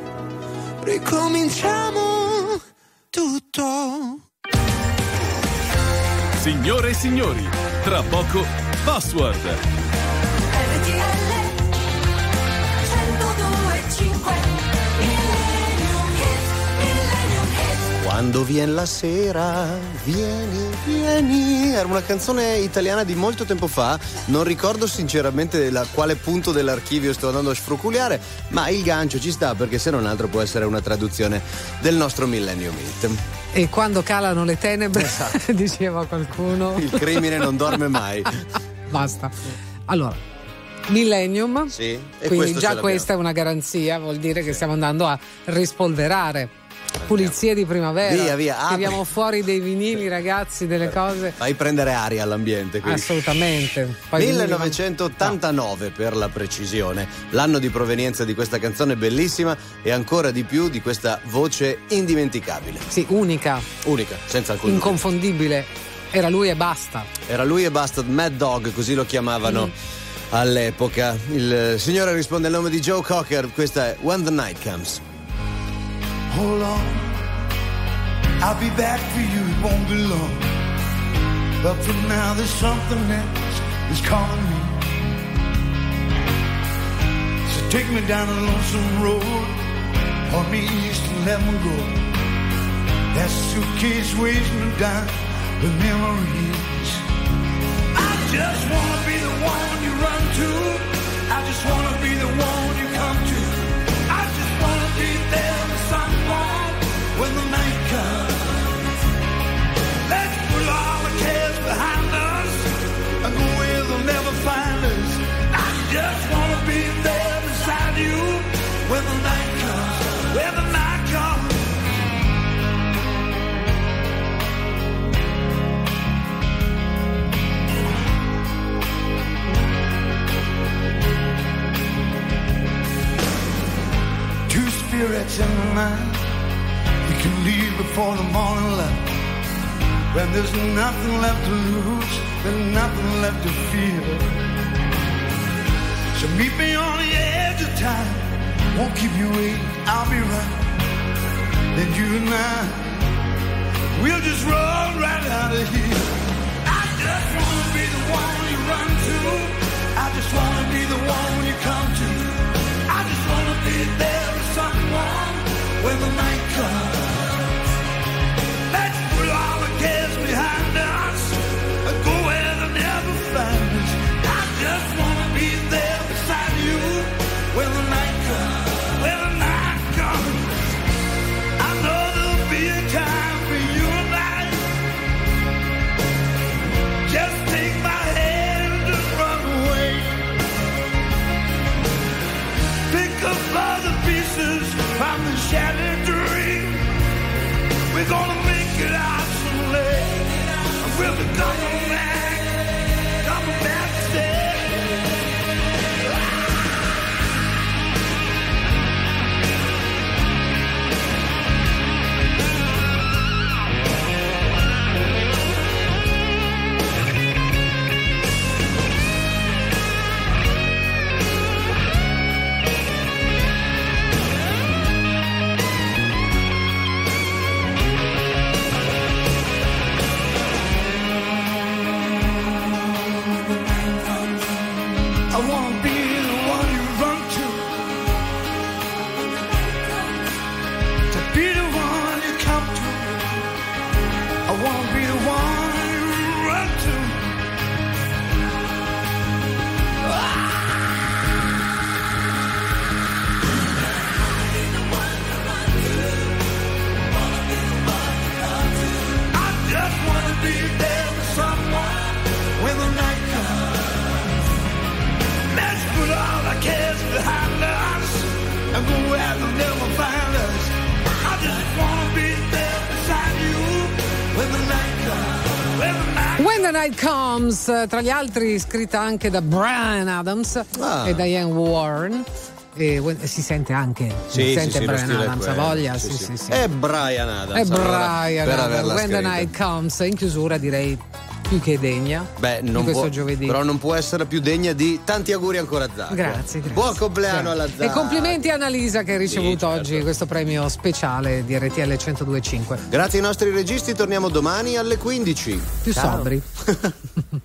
S8: ricominciamo tutto.
S20: Signore e signori, tra poco Password.
S2: Quando viene la sera, vieni, vieni. Era una canzone italiana di molto tempo fa. Non ricordo sinceramente la, quale punto dell'archivio sto andando a sfruculiare, ma il gancio ci sta, perché se non altro può essere una traduzione del nostro Millennium Hit.
S1: E quando calano le tenebre,
S2: esatto.
S1: diceva qualcuno,
S2: il crimine non dorme mai.
S1: Basta. Allora, Millennium,
S2: sì, e
S1: quindi già
S2: ce
S1: questa è una garanzia, vuol dire che stiamo andando a rispolverare. Pulizie di primavera,
S2: via via,
S1: tiriamo fuori dei vinili, ragazzi, delle cose.
S2: Fai prendere aria all'ambiente qui.
S1: Assolutamente. Poi
S2: millenovecentottantanove per la precisione, l'anno di provenienza di questa canzone bellissima e ancora di più di questa voce indimenticabile.
S1: Sì, unica.
S2: Unica, senza alcun dubbio.
S1: Inconfondibile. Era lui e basta.
S2: Era lui e basta, Mad Dog, così lo chiamavano mm. all'epoca. Il signore risponde al nome di Joe Cocker, questa è When the Night Comes.
S21: Hold on, I'll be back for you, it won't be long. But for now there's something else is calling me. So take me down a lonesome road, point me east and let me go. That suitcase weighs me down with memories. I just wanna be the one you run to, I just wanna be the one you come to. I just wanna be there with someone when the night comes. Let's put all the cares behind us and go where they'll never find us. I just wanna be there beside you when the night comes, when the night comes. Spirits in the night, you can leave before the morning light. When there's nothing left to lose, there's nothing left to fear. So meet me on the edge of time, won't keep you waiting, I'll be right. Then you and I, we'll just roll right out of here. I just wanna be the one you run to, I just wanna be the one you come to. I just wanna be there with someone when the night comes. Let's put all the cares behind us and go ahead. gonna make it out someday. We'll be coming back, coming back to stay. I wanna be the one you run to, to be the one you come to. I wanna be the one you run to. I just wanna be there with someone when the night comes. Let's put all our cares behind us and go where they'll never find us. I just wanna be there beside you when the night comes. When the night
S1: When the Night Comes, tra gli altri scritta anche da Bryan Adams
S2: Ah.
S1: e Diane Warren. E si sente anche,
S2: Sì,
S1: si
S2: sì,
S1: sente
S2: sì, lo
S1: Bryan
S2: stile è
S1: Adams, ha
S2: quello.
S1: voglia,
S2: Sì,
S1: sì,
S2: sì.
S1: sì, sì.
S2: È Bryan Adams.
S1: È
S2: allora,
S1: Bryan
S2: per
S1: Adams.
S2: averla
S1: When the
S2: scritta.
S1: Night Comes, in chiusura direi più che degna
S2: Beh,
S1: di
S2: non
S1: questo
S2: può,
S1: giovedì.
S2: però non può essere più degna di tanti auguri ancora a Zacco.
S1: Grazie, grazie.
S2: Buon compleanno alla Zacco.
S1: E complimenti a Annalisa che ha ricevuto
S2: Sì, certo.
S1: oggi questo premio speciale di R T L centodue e cinque.
S2: Grazie ai nostri registi, torniamo domani alle quindici.
S1: Più
S2: Ciao.
S1: sobri.